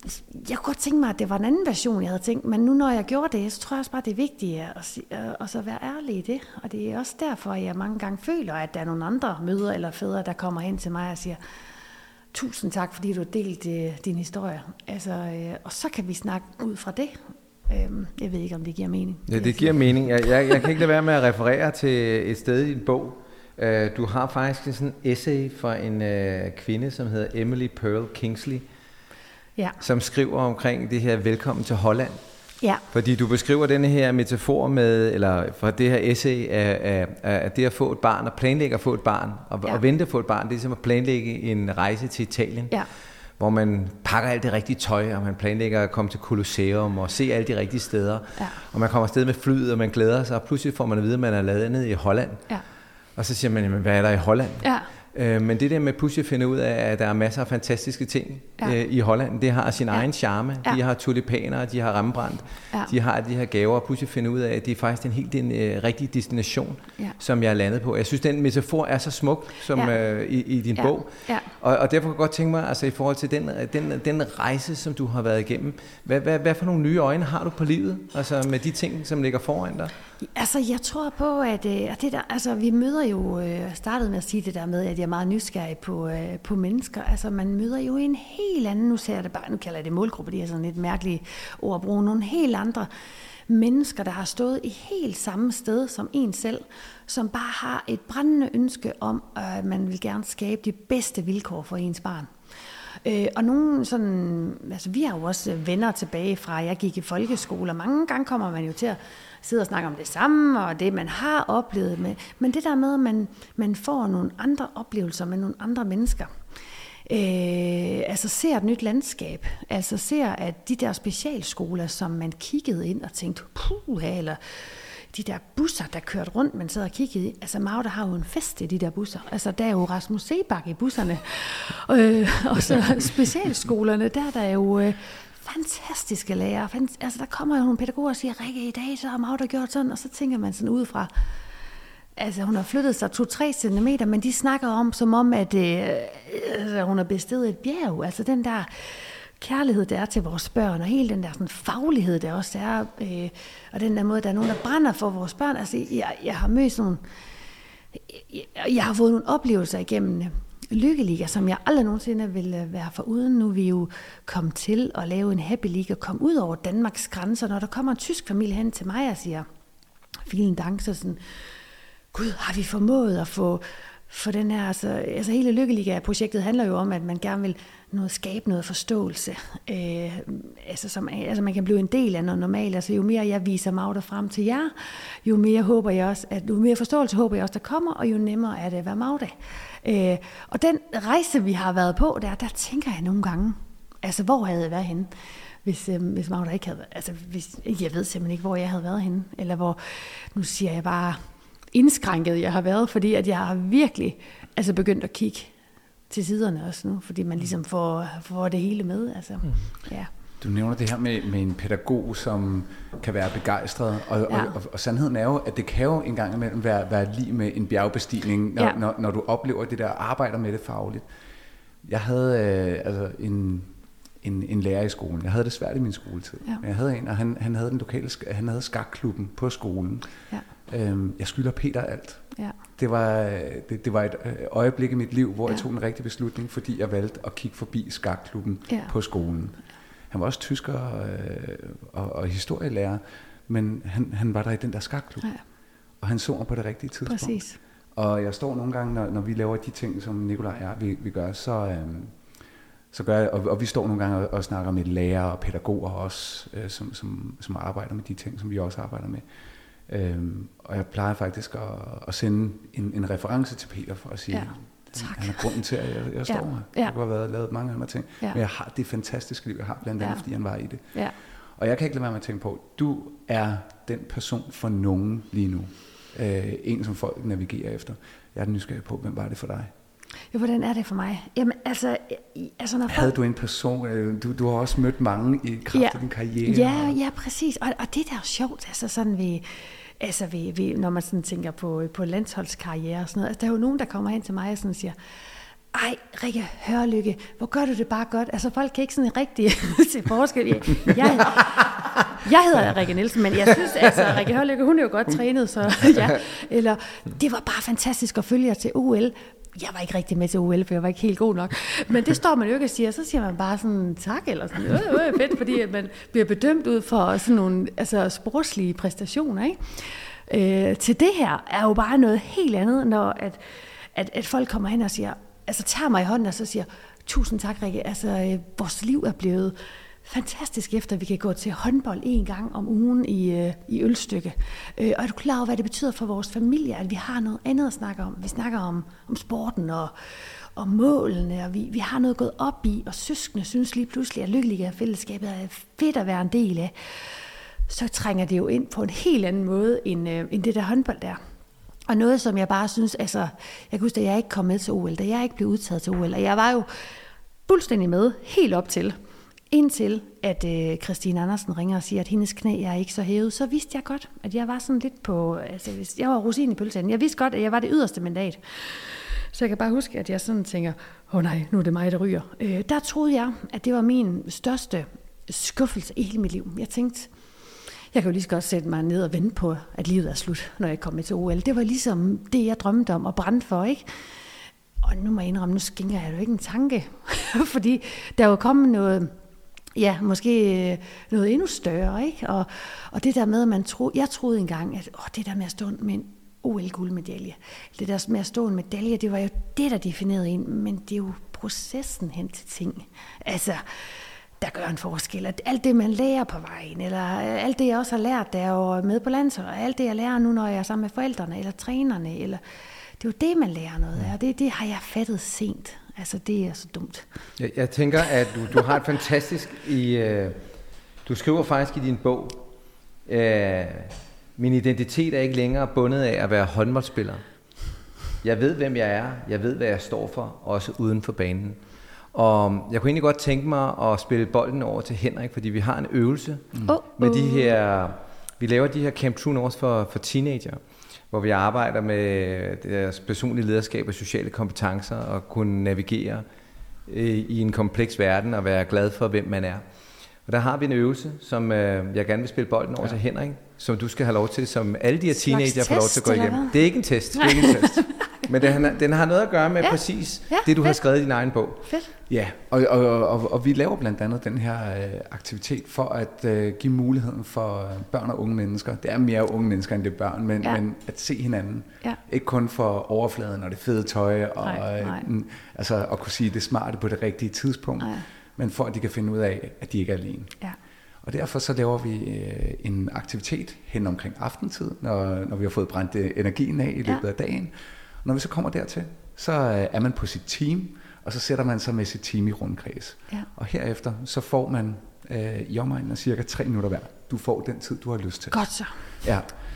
jeg kunne godt tænke mig, at det var en anden version, jeg havde tænkt, men nu når jeg gjorde det, så tror jeg også bare, det er vigtigt at, at, at så være ærlig i det. Og det er også derfor, at jeg mange gange føler, at der er nogle andre mødre eller fædre, der kommer hen til mig og siger, tusind tak, fordi du har delt uh, din historie. Altså, uh, og så kan vi snakke ud fra det. Um, jeg ved ikke, om det giver mening. Ja, det giver mening. Jeg, jeg, jeg kan ikke lade være med at referere til et sted i din bog. Uh, du har faktisk sådan en essay fra en uh, kvinde, som hedder Emily Pearl Kingsley, ja. Som skriver omkring det her velkommen til Holland. Ja. Fordi du beskriver denne her metafor med, eller fra det her essay, af, af, af det at få et barn, og planlægge at få et barn, og, ja. og vente at få et barn, det er ligesom at planlægge en rejse til Italien, ja. Hvor man pakker alt det rigtige tøj, og man planlægger at komme til Colosseum, og se alle de rigtige steder, ja. Og man kommer afsted med flyet, og man glæder sig, og pludselig får man at vide, at man er landet i Holland. Ja. Og så siger man, jamen, hvad er der i Holland? Ja. Men det der med pludselig at finde ud af, at der er masser af fantastiske ting ja. øh, i Holland, det har sin ja. egen charme. Ja. De har tulipaner, de har Rembrandt, ja. De har de her gaver, og pludselig finde ud af, at det er faktisk en helt en øh, rigtig destination, ja. Som jeg er landet på. Jeg synes, den metafor er så smuk som, ja. øh, i, i din ja. Bog. Ja. Og, og derfor kan jeg godt tænke mig, altså i forhold til den, den, den rejse, som du har været igennem, hvad, hvad, hvad for nogle nye øjne har du på livet, altså med de ting, som ligger foran dig? Altså, jeg tror på, at, at det der, altså, vi møder jo, jeg startede med at sige det der med, at jeg er meget nysgerrig på, på mennesker. Altså, man møder jo en helt anden, nu ser jeg det bare, nu kalder jeg det målgruppe, det er sådan lidt mærkelige ord at bruge, nogle helt andre mennesker, der har stået i helt samme sted som en selv, som bare har et brændende ønske om, at man vil gerne skabe de bedste vilkår for ens barn. Øh, og nogle sådan, altså vi har jo også venner tilbage fra, jeg gik i folkeskole, og mange gange kommer man jo til at sidde og snakke om det samme, og det man har oplevet med, men det der med, at man, man får nogle andre oplevelser med nogle andre mennesker, øh, altså ser et nyt landskab, altså ser, at de der specialskoler, som man kiggede ind og tænkte, puh, eller de der busser, der kørte rundt, man sad og kiggede i. Altså Magda har jo en fest i de der busser. Altså der er jo Rasmus Seebach i busserne. øh, og så specialskolerne, der er der jo øh, fantastiske lærere. Fant- altså der kommer jo nogle pædagoger og siger, Rikke, i dag så har Magda gjort sådan, og så tænker man sådan udefra, altså hun har flyttet sig to-tre centimeter, men de snakker om, som om, at øh, altså, hun har besteget et bjerg. Altså den der kærlighed, der er til vores børn, og hele den der sådan, faglighed, der også er, øh, og den der måde, der er nogen, der brænder for vores børn. Altså, jeg, jeg har mødt sådan, jeg, jeg har fået nogle oplevelser igennem Lykkeliga, som jeg aldrig nogensinde ville være foruden. Nu er vi jo kommet til at lave en Happy League og komme ud over Danmarks grænser. Når der kommer en tysk familie hen til mig og siger, vielen Dank, så sådan, gud, har vi formået at få for den her, altså, altså hele Lykkeliga-projektet handler jo om, at man gerne vil noget, skabe noget forståelse. Øh, altså, som, altså man kan blive en del af noget normalt. Altså jo mere jeg viser Magda frem til jer, jo mere håber jeg også, at jo mere forståelse håber jeg også, der kommer, og jo nemmere er det at være Magda. Øh, og den rejse, vi har været på, der, der tænker jeg nogle gange, altså hvor havde jeg været henne, hvis, øh, hvis Magda ikke havde været, altså hvis, jeg ved simpelthen ikke, hvor jeg havde været henne, eller hvor, nu siger jeg bare, indskrænket jeg har været, fordi at jeg har virkelig altså begyndt at kigge til siderne også nu, fordi man ligesom får, får det hele med. Altså, mm. ja. Du nævner det her med, med en pædagog, som kan være begejstret, og, ja. og, og, og sandheden er jo, at det kan jo en gang imellem være, være lige med en bjergbestigning, når, ja. når, når du oplever det der, arbejder med det fagligt. Jeg havde øh, altså en, en, en lærer i skolen. Jeg havde det svært i min skoletid. Ja. Jeg havde en, og han, han havde den lokale, han havde skakklubben på skolen. Ja. Øhm, jeg skylder Peter alt. Ja. Det var, det, det var et øjeblik i mit liv, hvor ja. jeg tog en rigtig beslutning, fordi jeg valgte at kigge forbi skakklubben ja. på skolen. Han var også tysker og, og, og historielærer, men han, han var der i den der skakklub. Ja. Og han så mig på det rigtige tidspunkt. Præcis. Og jeg står nogle gange, når, når vi laver de ting, som Nikolaj og jeg, vi, vi gør, så, øhm, så gør jeg, og, og vi står nogle gange og, og snakker med lærere og pædagoger også, øh, som, som, som arbejder med de ting, som vi også arbejder med. Øhm, og jeg plejer faktisk at, at sende en, en reference til Peter for at sige, ja, han er grunden til, at jeg, jeg står ja, her. Ja. Jeg kunne have været lavet mange andre ting, ja. men jeg har det fantastiske liv, jeg har blandt andet, ja. fordi han var i det. Ja. Og jeg kan ikke lade være med at tænke på, du er den person for nogen lige nu. Øh, en, som folk navigerer efter. Jeg er nysgerrig på, hvem var det for dig? Jo, hvordan er det for mig? Jamen, altså, altså når folk... Havde du en person, du, du har også mødt mange i kraft ja, af din karriere? Ja, ja, præcis. Og, og det der er jo sjovt, altså sådan vi, altså vi, vi, når man sådan tænker på, på landsholdskarriere og sådan noget. Altså, der er jo nogen, der kommer hen til mig og sådan siger, ej, Rikke Hørlykke, hvor gør du det bare godt. Altså, folk kan ikke sådan rigtig se forskel. Jeg, jeg, jeg hedder Rikke Nielsen, men jeg synes, altså, Rikke Hørlykke, hun er jo godt trænet, så ja. Eller, det var bare fantastisk at følge jer til O L. Jeg var ikke rigtig med til O L, for jeg var ikke helt god nok. Men det står man jo ikke og siger, så siger man bare sådan tak, eller sådan, øh, øh, fedt, fordi at man bliver bedømt ud for sådan nogle altså, sportslige præstationer, ikke? Øh, til det her er jo bare noget helt andet, når at, at, at folk kommer hen og siger, altså tager mig i hånden og så siger, tusind tak, Rikke, altså øh, vores liv er blevet fantastisk efter, vi kan gå til håndbold en gang om ugen i, øh, i Ølstykke. Øh, og er du klar over, hvad det betyder for vores familie, at vi har noget andet at snakke om? Vi snakker om, om sporten og, og målene, og vi, vi har noget gået op i, og søskende synes lige pludselig, at lykkelige af fællesskabet er fedt at være en del af. Så trænger det jo ind på en helt anden måde, end, øh, end det der håndbold der. Og noget, som jeg bare synes, altså, jeg kan huske, at jeg ikke kom med til O L, da jeg ikke blev udtaget til O L, og jeg var jo fuldstændig med, helt op til, indtil at øh, Christine Andersen ringer og siger, at hendes knæ er ikke så hævet, så vidste jeg godt, at jeg var sådan lidt på, altså jeg var rosin i pølseenden. Jeg vidste godt, at jeg var det yderste mandat. Så jeg kan bare huske, at jeg sådan tænker, åh oh nej, nu er det mig, der ryger. Øh, der troede jeg, at det var min største skuffelse i hele mit liv. Jeg tænkte, jeg kan jo lige så godt sætte mig ned og vente på, at livet er slut, når jeg kom med til O L. Det var ligesom det, jeg drømte om og brændte for, ikke? Og nu må jeg indrømme, nu skænker jeg jo ikke en tanke, fordi der er jo kommet noget, ja, måske noget endnu større, ikke? Og, og det der med, at man tro, jeg troede engang, at åh, det der med at stå med en O L-guldmedalje, det der med at stå en medalje, det var jo det, der definerede en, men det er jo processen hen til ting. Altså, der gør en forskel. At alt det, man lærer på vejen, eller alt det, jeg også har lært, der er jo med på landshold, og alt det, jeg lærer nu, når jeg er sammen med forældrene, eller trænerne, eller det er jo det, man lærer noget af, og det, det har jeg fattet sent. Altså, det er så dumt. Jeg, jeg tænker, at du, du har et fantastisk... I, øh, du skriver faktisk i din bog, øh, min identitet er ikke længere bundet af at være håndboldspiller. Jeg ved, hvem jeg er. Jeg ved, hvad jeg står for, også uden for banen. Og jeg kunne egentlig godt tænke mig at spille bolden over til Henrik, fordi vi har en øvelse mm. oh, med de her... Vi laver de her Camp True North for, for teenager, hvor vi arbejder med deres personlige lederskab og sociale kompetencer og kunne navigere i en kompleks verden og være glad for, hvem man er. Og der har vi en øvelse, som øh, jeg gerne vil spille bolden over ja. til Henrik, som du skal have lov til, som alle de her teenager får lov til at gå igennem. Det er ikke en test, det er ikke en test. Men den, den har noget at gøre med ja. præcis ja, det, du fedt. har skrevet i din egen bog. Fedt. Ja, og, og, og, og vi laver blandt andet den her øh, aktivitet for at øh, give muligheden for børn og unge mennesker. Det er mere unge mennesker end det er børn, men, ja. men at se hinanden. Ja. Ikke kun for overfladen og det fede tøj, og nej, nej. Øh, altså at kunne sige det smarte på det rigtige tidspunkt, nej. men for at de kan finde ud af, at de ikke er alene. Ja. Og derfor så laver vi øh, en aktivitet hen omkring aftentid, når, når vi har fået brændt energien af i løbet ja. af dagen. Og når vi så kommer dertil, så øh, er man på sit team, og så sætter man sig med sit team i rundkreds. Ja. Og herefter så får man øh, i omegnen af cirka tre minutter hver. Du får den tid, du har lyst til. Godt så. Ja.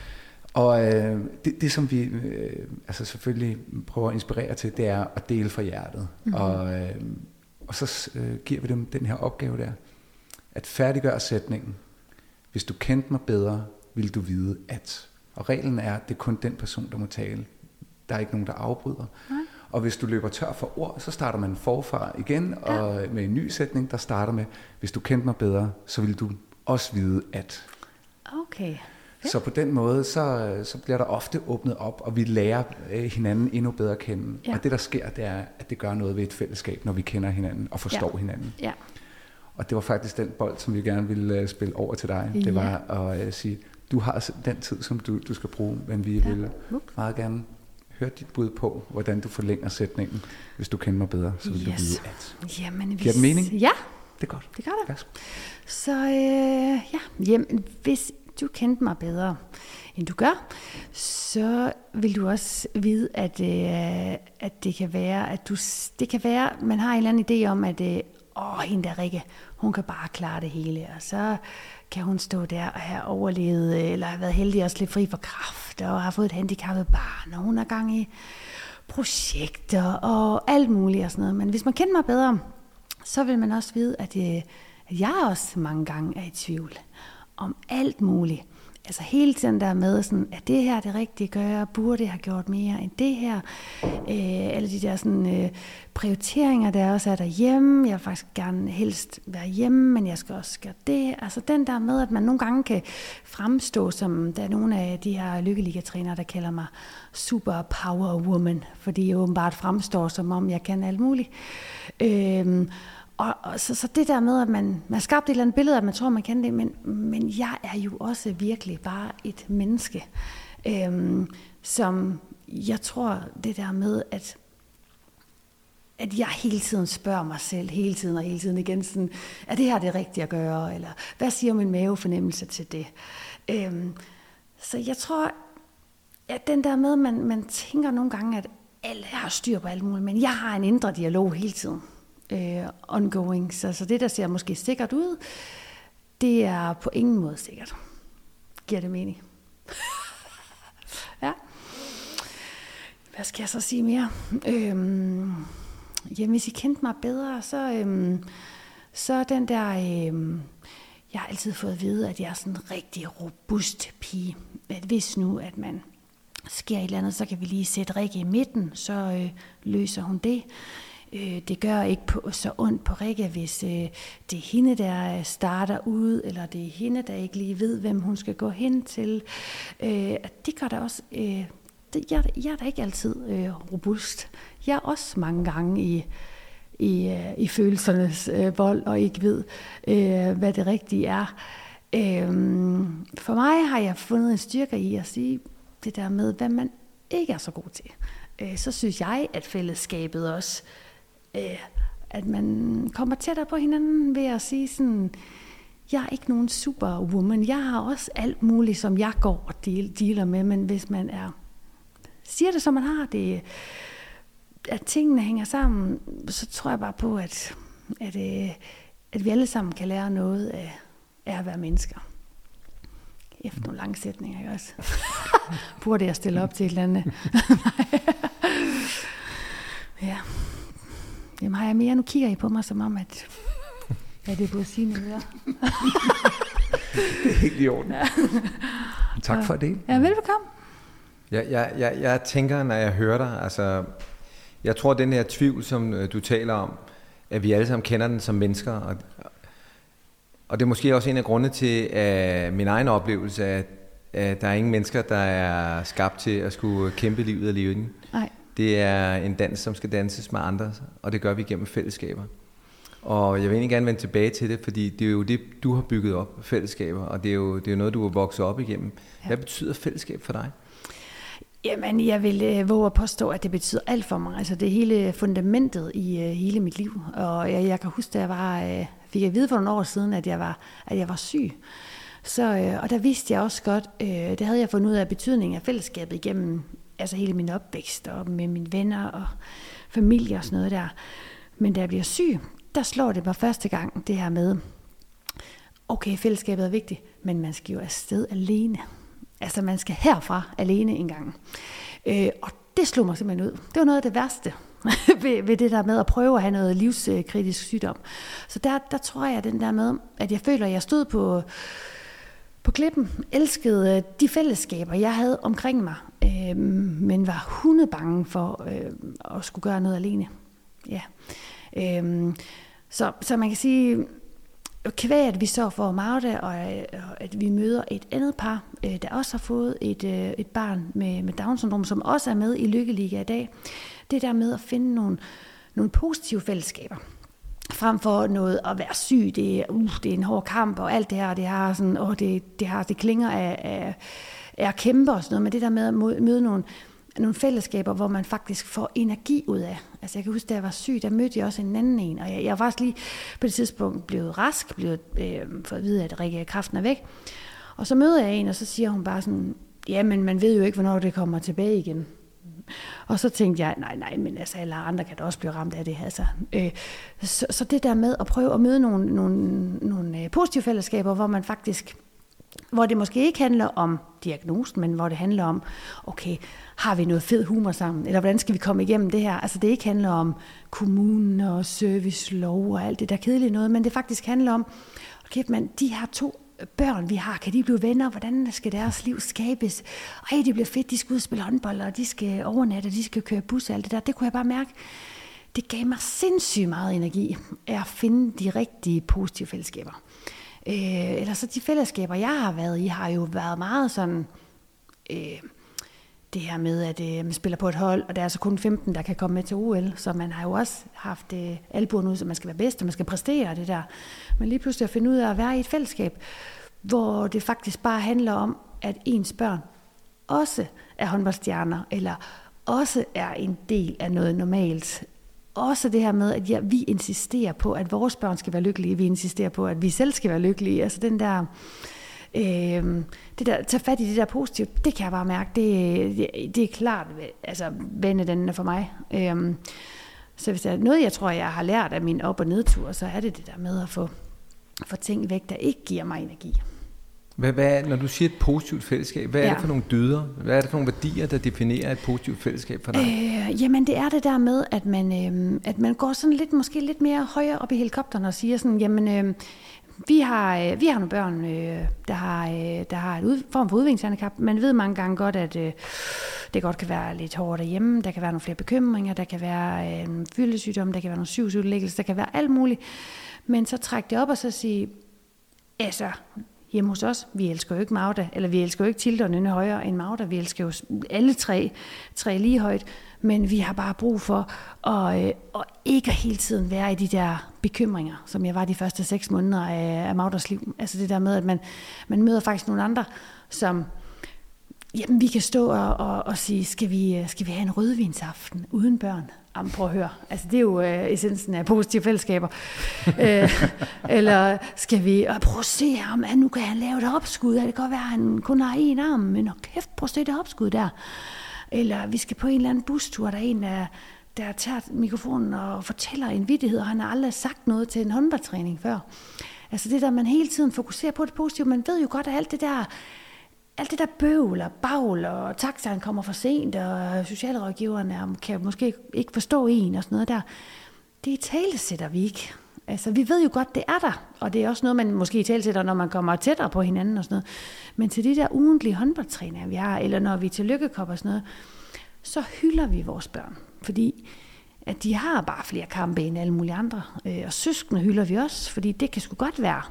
Og øh, det, det som vi øh, altså selvfølgelig prøver at inspirere til, det er at dele fra hjertet. Mm-hmm. Og, øh, og så øh, giver vi dem den her opgave der, at færdiggøre sætningen. Hvis du kendte mig bedre, ville du vide at. Og reglen er, at det er kun den person, der må tale. Der er ikke nogen, der afbryder. Nej. Og hvis du løber tør for ord, så starter man forfra igen, ja. og med en ny sætning, der starter med, hvis du kendte mig bedre, så vil du også vide at. Okay. Ja. Så på den måde, så, så bliver der ofte åbnet op, og vi lærer hinanden endnu bedre at kende. Ja. Og det der sker, det er, at det gør noget ved et fællesskab, når vi kender hinanden og forstår ja. hinanden. Ja. Og det var faktisk den bold, som vi gerne ville spille over til dig. Ja. Det var at uh, sige, du har den tid, som du, du skal bruge, men vi ja. vil meget gerne høre dit bud på, hvordan du forlænger sætningen. Hvis du kender mig bedre, så vil yes. du vide at. Jamen, hvis... Giver det mening? Ja. Det er godt. Det gør det. Værsgo. Så øh, ja, jamen, hvis du kendte mig bedre, end du gør, så vil du også vide, at, øh, at det kan være, at du, det kan være, man har en eller anden idé om, at øh, åh, hende der Rikke, hun kan bare klare det hele, og så kan hun stå der og have overlevet, eller have været heldig at slippe fri for kræft, og har fået et handicappet barn, og hun er gang i projekter, og alt muligt og sådan noget. Men hvis man kender mig bedre, så vil man også vide, at, øh, at jeg også mange gange er i tvivl om alt muligt. Altså hele tiden der med, sådan, er det her det rigtige gøre? Burde jeg have gjort mere end det her? Øh, alle de der sådan, øh, prioriteringer, der også er derhjemme. Jeg vil faktisk gerne helst være hjemme, men jeg skal også gøre det. Altså den der med, at man nogle gange kan fremstå som, der er nogle af de her lykkeliga-trænere, der kalder mig super power woman, fordi jeg åbenbart fremstår som om, jeg kan alt muligt. Øh, Og, og så, så det der med, at man, man har skabt et eller andet billede, at man tror, man kan det, men, men jeg er jo også virkelig bare et menneske, øhm, som jeg tror det der med, at, at jeg hele tiden spørger mig selv, hele tiden og hele tiden igen, sådan, er det her det rigtige at gøre, eller hvad siger min mavefornemmelse til det? Øhm, så jeg tror, at den der med, at man, man tænker nogle gange, at alle har styr på alt muligt, men jeg har en indre dialog hele tiden. Uh, ongoing. Så, så det, der ser måske sikkert ud, det er på ingen måde sikkert. Giver det mening? Ja. Hvad skal jeg så sige mere? Øhm, jamen, hvis I kendte mig bedre, så, øhm, så den der... Øhm, jeg har altid fået at vide, at jeg er sådan en rigtig robust pige. At hvis nu, at man sker et eller andet, så kan vi lige sætte Rikke i midten, så øh, løser hun det. Det gør ikke på, så ondt på Rikke, hvis øh, det er hende, der starter ud, eller det er hende, der ikke lige ved, hvem hun skal gå hen til. Øh, det gør der også. Øh, det, jeg, jeg er da ikke altid øh, robust. Jeg er også mange gange i, i, øh, i følelsernes øh, vold, og ikke ved, øh, hvad det rigtige er. Øh, for mig har jeg fundet en styrke i at sige det der med, hvad man ikke er så god til. Øh, så synes jeg, at fællesskabet også, at man kommer tættere på hinanden ved at sige sådan, jeg er ikke nogen superwoman, jeg har også alt muligt, som jeg går og dealer med, men hvis man er, siger det som man har det, at tingene hænger sammen, så tror jeg bare på, at, at, at vi alle sammen kan lære noget af, af at være mennesker. Efter nogle lange sætninger, ikke også? Burde jeg stille op til et eller andet? Ja. Jamen har jeg mere? Nu kigger I på mig som om, at ja, det burde sige noget. Det er helt i orden. Ja. Tak for det. Ja, velbekomme. Jeg, jeg, jeg, jeg tænker, når jeg hører dig, altså, jeg tror, den her tvivl, som du taler om, at vi alle sammen kender den som mennesker, og, og det er måske også en af grundene til, at min egen oplevelse, at, at der er ingen mennesker, der er skabt til at skulle kæmpe livet af livet. Nej. Det er en dans, som skal danses med andre, og det gør vi gennem fællesskaber. Og jeg vil egentlig gerne vende tilbage til det, fordi det er jo det, du har bygget op, fællesskaber, og det er jo, det er jo noget, du har vokset op igennem. Ja. Hvad betyder fællesskab for dig? Jamen, jeg vil øh, våge at påstå, at det betyder alt for mig. Altså, det er hele fundamentet i øh, hele mit liv. Og jeg, jeg kan huske, da jeg var, øh, fik jeg vide for nogle år siden, at jeg var, at jeg var syg. Så, øh, og der vidste jeg også godt, øh, det havde jeg fundet ud af betydningen af fællesskabet igennem altså hele min opvækst, og med mine venner og familie og sådan noget der. Men da jeg bliver syg, der slår det mig første gang det her med, okay, fællesskabet er vigtigt, men man skal jo afsted alene. Altså man skal herfra alene en gang. Øh, og det slog mig simpelthen ud. Det var noget af det værste ved, ved det der med at prøve at have noget livskritisk sygdom. Så der, der tror jeg den der med, at jeg føler, at jeg stod på, på klippen, elskede de fællesskaber, jeg havde omkring mig, øh, men var hundebange for øh, at skulle gøre noget alene. Ja. Øh, så, så man kan sige, kvæg at vi så for Magda, og at vi møder et andet par, der også har fået et, et barn med, med Down-syndrom, som også er med i Lykkeliga i dag. Det der med at finde nogle, nogle positive fællesskaber. Frem for noget at være syg, det er, uh, det er en hård kamp, og alt det her, det har sådan, oh, det, det, har, det klinger af, af, af kæmpe og sådan noget, men det der med at møde nogle, nogle fællesskaber, hvor man faktisk får energi ud af. Altså jeg kan huske, da jeg var syg, der mødte jeg også en anden en, og jeg, jeg var faktisk lige på det tidspunkt blevet rask, blevet øh, for at vide, at Rikke, kræften er væk. Og så møder jeg en, og så siger hun bare sådan, ja, men man ved jo ikke, hvornår det kommer tilbage igen. Og så tænkte jeg, nej, nej, men altså alle andre kan da også blive ramt af det. Altså. Øh, så, så det der med at prøve at møde nogle, nogle, nogle positive fællesskaber, hvor man faktisk, hvor det måske ikke handler om diagnosen, men hvor det handler om, okay, har vi noget fed humor sammen, eller hvordan skal vi komme igennem det her? Altså det ikke handler om kommunen og servicelov og alt det der kedelige noget, men det faktisk handler om, okay, man, de her to børn, vi har, kan de blive venner? Hvordan skal deres liv skabes? Ej, det bliver fedt, de skal ud og spille håndbold, og de skal overnatte, og de skal køre bus og alt det der. Det kunne jeg bare mærke. Det gav mig sindssygt meget energi at finde de rigtige positive fællesskaber. Øh, eller så de fællesskaber, jeg har været i, har jo været meget sådan... Øh, det her med, at øh, man spiller på et hold, og der er så kun femten, der kan komme med til O L, så man har jo også haft øh, albuen ud, så man skal være bedst, og man skal præstere det der. Men lige pludselig at finde ud af at være i et fællesskab, hvor det faktisk bare handler om, at ens børn også er håndboldstjerner, eller også er en del af noget normalt. Også det her med, at ja, vi insisterer på, at vores børn skal være lykkelige, vi insisterer på, at vi selv skal være lykkelige. Altså den der... Øh, det der, tage fat i det der positive, det kan jeg bare mærke, det, det, det er klart, altså vendende for mig. Øh, så hvis der er noget, jeg tror, jeg har lært af min op- og nedtur, så er det det der med at få, få ting væk, der ikke giver mig energi. Hvad, hvad, når du siger et positivt fællesskab, hvad er ja. det for nogle dyder? Hvad er det for nogle værdier, der definerer et positivt fællesskab for dig? Øh, jamen det er det der med, at man, øh, at man går sådan lidt, måske lidt mere højere op i helikopteren og siger sådan, jamen... Øh, Vi har, vi har nogle børn, der har, der har en form for udviklingshandicap. Man ved mange gange godt, at det godt kan være lidt hårdere derhjemme. Der kan være nogle flere bekymringer, der kan være en fyldesygdom, der kan være nogle sygehusudlæggelser, der kan være alt muligt. Men så træk det op og så sige, altså hjemme hos os, vi elsker jo ikke Magda, eller vi elsker jo ikke Tilde og Nynne højere end Magda. Vi elsker jo alle tre, tre lige højt. Men vi har bare brug for at, at ikke hele tiden være i de der bekymringer, som jeg var de første seks måneder af, af Magdas liv. Altså det der med, at man, man møder faktisk nogle andre, som jamen, vi kan stå og, og, og sige, skal vi, skal vi have en rødvinsaften uden børn? Jamen prøv at høre, altså det er jo øh, essensen af positive fællesskaber. øh, eller skal vi, og prøv at se ham, at nu kan han lave et opskud, det kan godt være, at han kun har en arm, men kæft, prøv at se det opskud der. Eller vi skal på en eller anden bustur, der er en, der, der tager mikrofonen og fortæller en vittighed, og han har aldrig sagt noget til en håndboldtræning før. Altså det der, man hele tiden fokuserer på det positive, man ved jo godt, at alt det der, alt det der bøvl og bagl, og taxaen kommer for sent, og socialrådgiverne kan måske ikke forstå en og sådan noget der, det i talesætter vi ikke. Altså vi ved jo godt, det er der, og det er også noget, man måske i talesætter, når man kommer tættere på hinanden og sådan noget. Men til de der ugentlige håndboldtræninger, vi har, eller når vi er til lykkekop og sådan noget, så hylder vi vores børn, fordi at de har bare flere kampe end alle mulige andre. Og søskende hylder vi også, fordi det kan sgu godt være.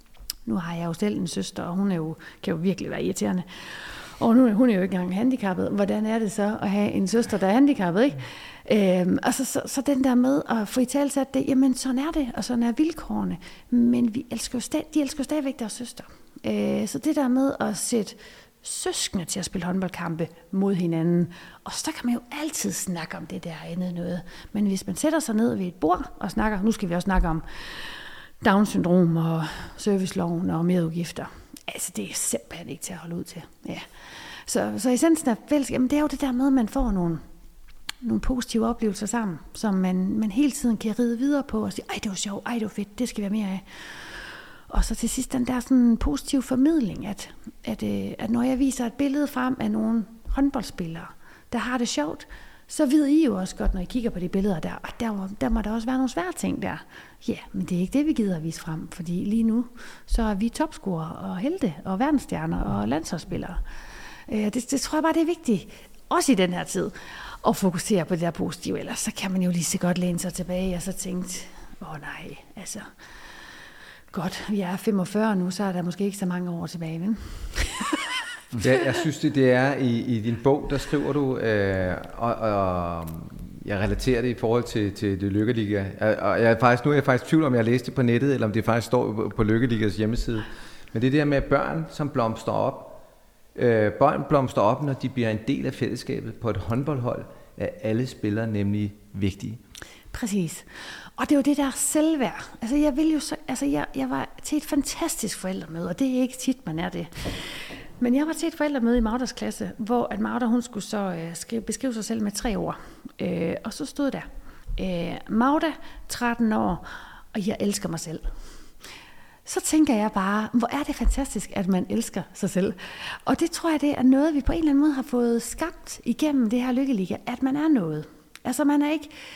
Nu har jeg jo selv en søster, og hun er jo, kan jo virkelig være irriterende. Og nu, hun er jo ikke engang handicappet. Hvordan er det så at have en søster, der er handicappet, ikke? Øhm, og så, så, så den der med at få i talsat det, jamen sådan er det, og sådan er vilkårene. Men vi elsker jo stadig, de elsker jo stadigvæk deres søster. Øh, så det der med at sætte søskende til at spille håndboldkampe mod hinanden, og så kan man jo altid snakke om det der andet noget. Men hvis man sætter sig ned ved et bord og snakker, nu skal vi også snakke om Down-syndrom og serviceloven og merudgifter. Altså det er simpelthen ikke til at holde ud til. Ja. Så, så essensen af fællesskab, jamen det er jo det der med, at man får nogle, nogle positive oplevelser sammen, som man, man hele tiden kan ride videre på og sige, ej det var sjovt, ej det var fedt, det skal vi have mere af. Og så til sidst den der sådan positiv formidling, at, at, at når jeg viser et billede frem af nogle håndboldspillere, der har det sjovt, så ved I jo også godt, når I kigger på de billeder der, og der, der må der også være nogle svære ting der. Ja, men det er ikke det, vi gider at vise frem, fordi lige nu, så er vi topscorer og helte og verdensstjerner og landsholdsspillere. Det, det tror jeg bare, det er vigtigt, også i den her tid, at fokusere på det der positive, ellers så kan man jo lige så godt læne sig tilbage og så tænke, åh oh, nej, altså, godt, vi er femogfyrre nu, så er der måske ikke så mange år tilbage, men... Ja, jeg synes, det, det er i, i din bog, der skriver du, øh, og, og jeg relaterer det i forhold til, til det Lykkeliga. Og jeg er faktisk, nu er jeg faktisk tvivl om, jeg har læst det på nettet, eller om det faktisk står på, på Lykkeligas hjemmeside. Men det er det der med børn, som blomstrer op. Øh, børn blomstrer op, når de bliver en del af fællesskabet på et håndboldhold, er alle spillere nemlig vigtige. Præcis. Og det er jo det der selvværd. Altså jeg vil jo så, altså jeg, jeg var til et fantastisk forældremøde, og det er ikke tit, man er det. Men jeg var til et forældremøde i Magdas klasse, hvor at Magda, hun skulle så øh, skrive, beskrive sig selv med tre ord. Øh, og så stod der, øh, Magda, tretten år, og jeg elsker mig selv. Så tænker jeg bare, hvor er det fantastisk, at man elsker sig selv. Og det tror jeg, det er noget, vi på en eller anden måde har fået skabt igennem det her Lykkeliga, at man er noget. Altså man er ikke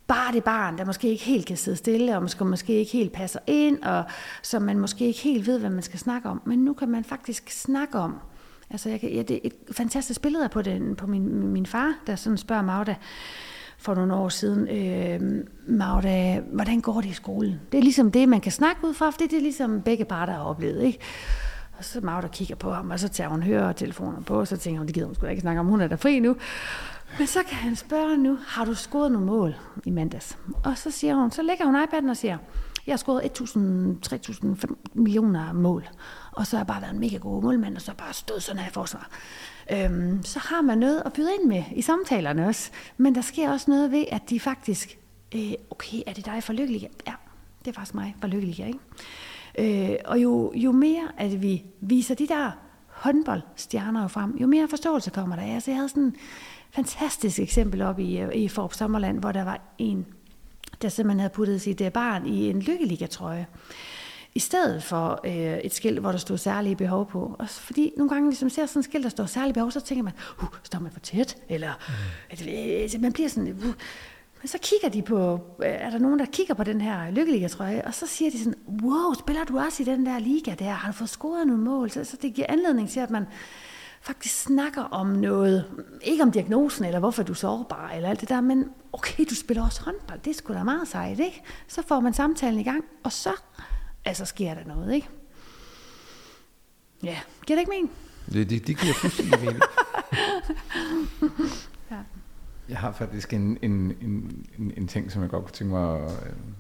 bare det barn, der måske ikke helt kan sidde stille, og måske, måske ikke helt passer ind, og som man måske ikke helt ved, hvad man skal snakke om. Men nu kan man faktisk snakke om. Altså, jeg kan, ja, det er et fantastisk billede på, den, på min, min far, der sådan spørger Magda for nogle år siden, øh, Magda, hvordan går det i skolen? Det er ligesom det, man kan snakke ud fra, for det, det er ligesom begge parter har oplevet, ikke? Og så Magda kigger på ham, og så tager hun høretelefoner på, og så tænker hun, det gider hun sgu da ikke snakke om, hun er der fri nu. Men så kan han spørge nu, har du scoret nogle mål i mandags? Og så siger hun, så lægger hun iPad'en og siger, jeg har scoret et tusind, tre tusind millioner mål. Og så har jeg bare været en mega god målmand, og så har bare stået sådan her i forsvar. Øhm, så har man noget at byde ind med i samtalerne også. Men der sker også noget ved, at de faktisk, øh, okay, er det dig for lykkelig? Ja, det er faktisk mig for lykkelig, ikke? Øh, og jo, jo mere, at vi viser de der håndboldstjerner frem, jo mere forståelse kommer der. Altså, jeg havde sådan fantastisk eksempel op i, i Forp Sommerland, hvor der var en, der simpelthen havde puttet sit barn i en lykkeliga-trøje, i stedet for øh, et skilt, hvor der stod særlige behov på. Og fordi nogle gange, hvis man ser sådan et skilt, der står særlige behov, så tænker man, uh, står man for tæt? Eller mm. man bliver sådan... Uh. Men så kigger de på, er der nogen, der kigger på den her lykkeliga-trøje, og så siger de sådan, wow, spiller du også i den der liga der? Har du fået scoret nogle mål? Så, så det giver anledning til, at man faktisk snakker om noget, ikke om diagnosen, eller hvorfor du er sårbar, eller alt det der, men okay, du spiller også håndbold, det er sgu da meget sejt, ikke? Så får man samtalen i gang, og så altså sker der noget, ikke? Ja, giver det ikke mening? Det, det, det giver fuldstændig mening. Ja. Jeg har faktisk en, en, en, en, en ting, som jeg godt kunne tænke mig at,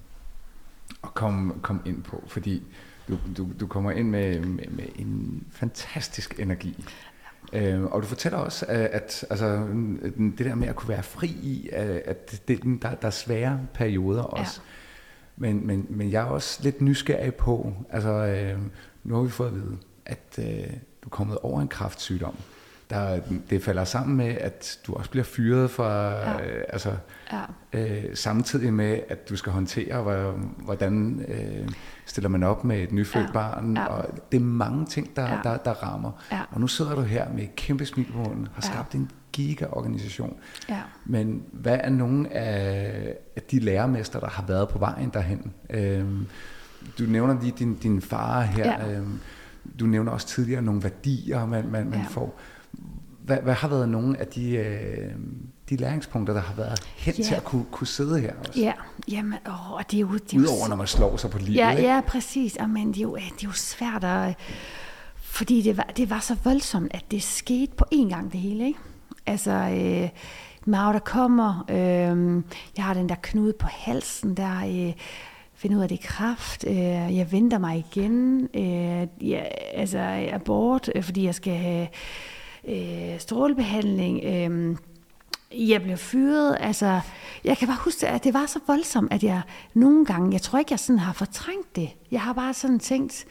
at komme, komme ind på, fordi du, du, du kommer ind med, med, med en fantastisk energi. Ja. Øh, og du fortæller også, at, at altså, det der med at kunne være fri i, at det, der, der er svære perioder også. Ja. Men, men, men jeg er også lidt nysgerrig på, altså øh, nu har vi fået at vide, at øh, du er kommet over en kræftsygdom. Der, det falder sammen med, at du også bliver fyret fra, ja. øh, altså ja. øh, samtidig med, at du skal håndtere, hvordan øh, stiller man op med et nyfødt ja. barn, ja. og det er mange ting, der, ja. der, der rammer. Ja. Og nu sidder du her med et kæmpe smil på munden, har skabt ja. en giga-organisation. Ja. Men hvad er nogle af, af de lærermester, der har været på vejen derhen? Øh, du nævner lige din, din far her, ja. øh, du nævner også tidligere nogle værdier, man, man, man ja. får. Hvad, hvad har været nogle af de, øh, de læringspunkter, der har været hen ja. til at kunne, kunne sidde her også? Ja, jamen, åh, det er jo... Det er Udover når man slår sig på livet, ja, ikke? Ja, præcis. Og, men det er, jo, det er jo svært at... Fordi det var, det var så voldsomt, at det skete på én gang det hele, ikke? Altså, øh, Magda kommer, øh, jeg har den der knude på halsen, der... Øh, finde ud af det kræft, øh, jeg venter mig igen, øh, ja, altså abort, øh, fordi jeg skal have øh, strålebehandling, øh, jeg blev fyret, altså jeg kan bare huske, at det var så voldsomt, at jeg nogle gange, jeg tror ikke, jeg sådan har fortrængt det, jeg har bare sådan tænkt,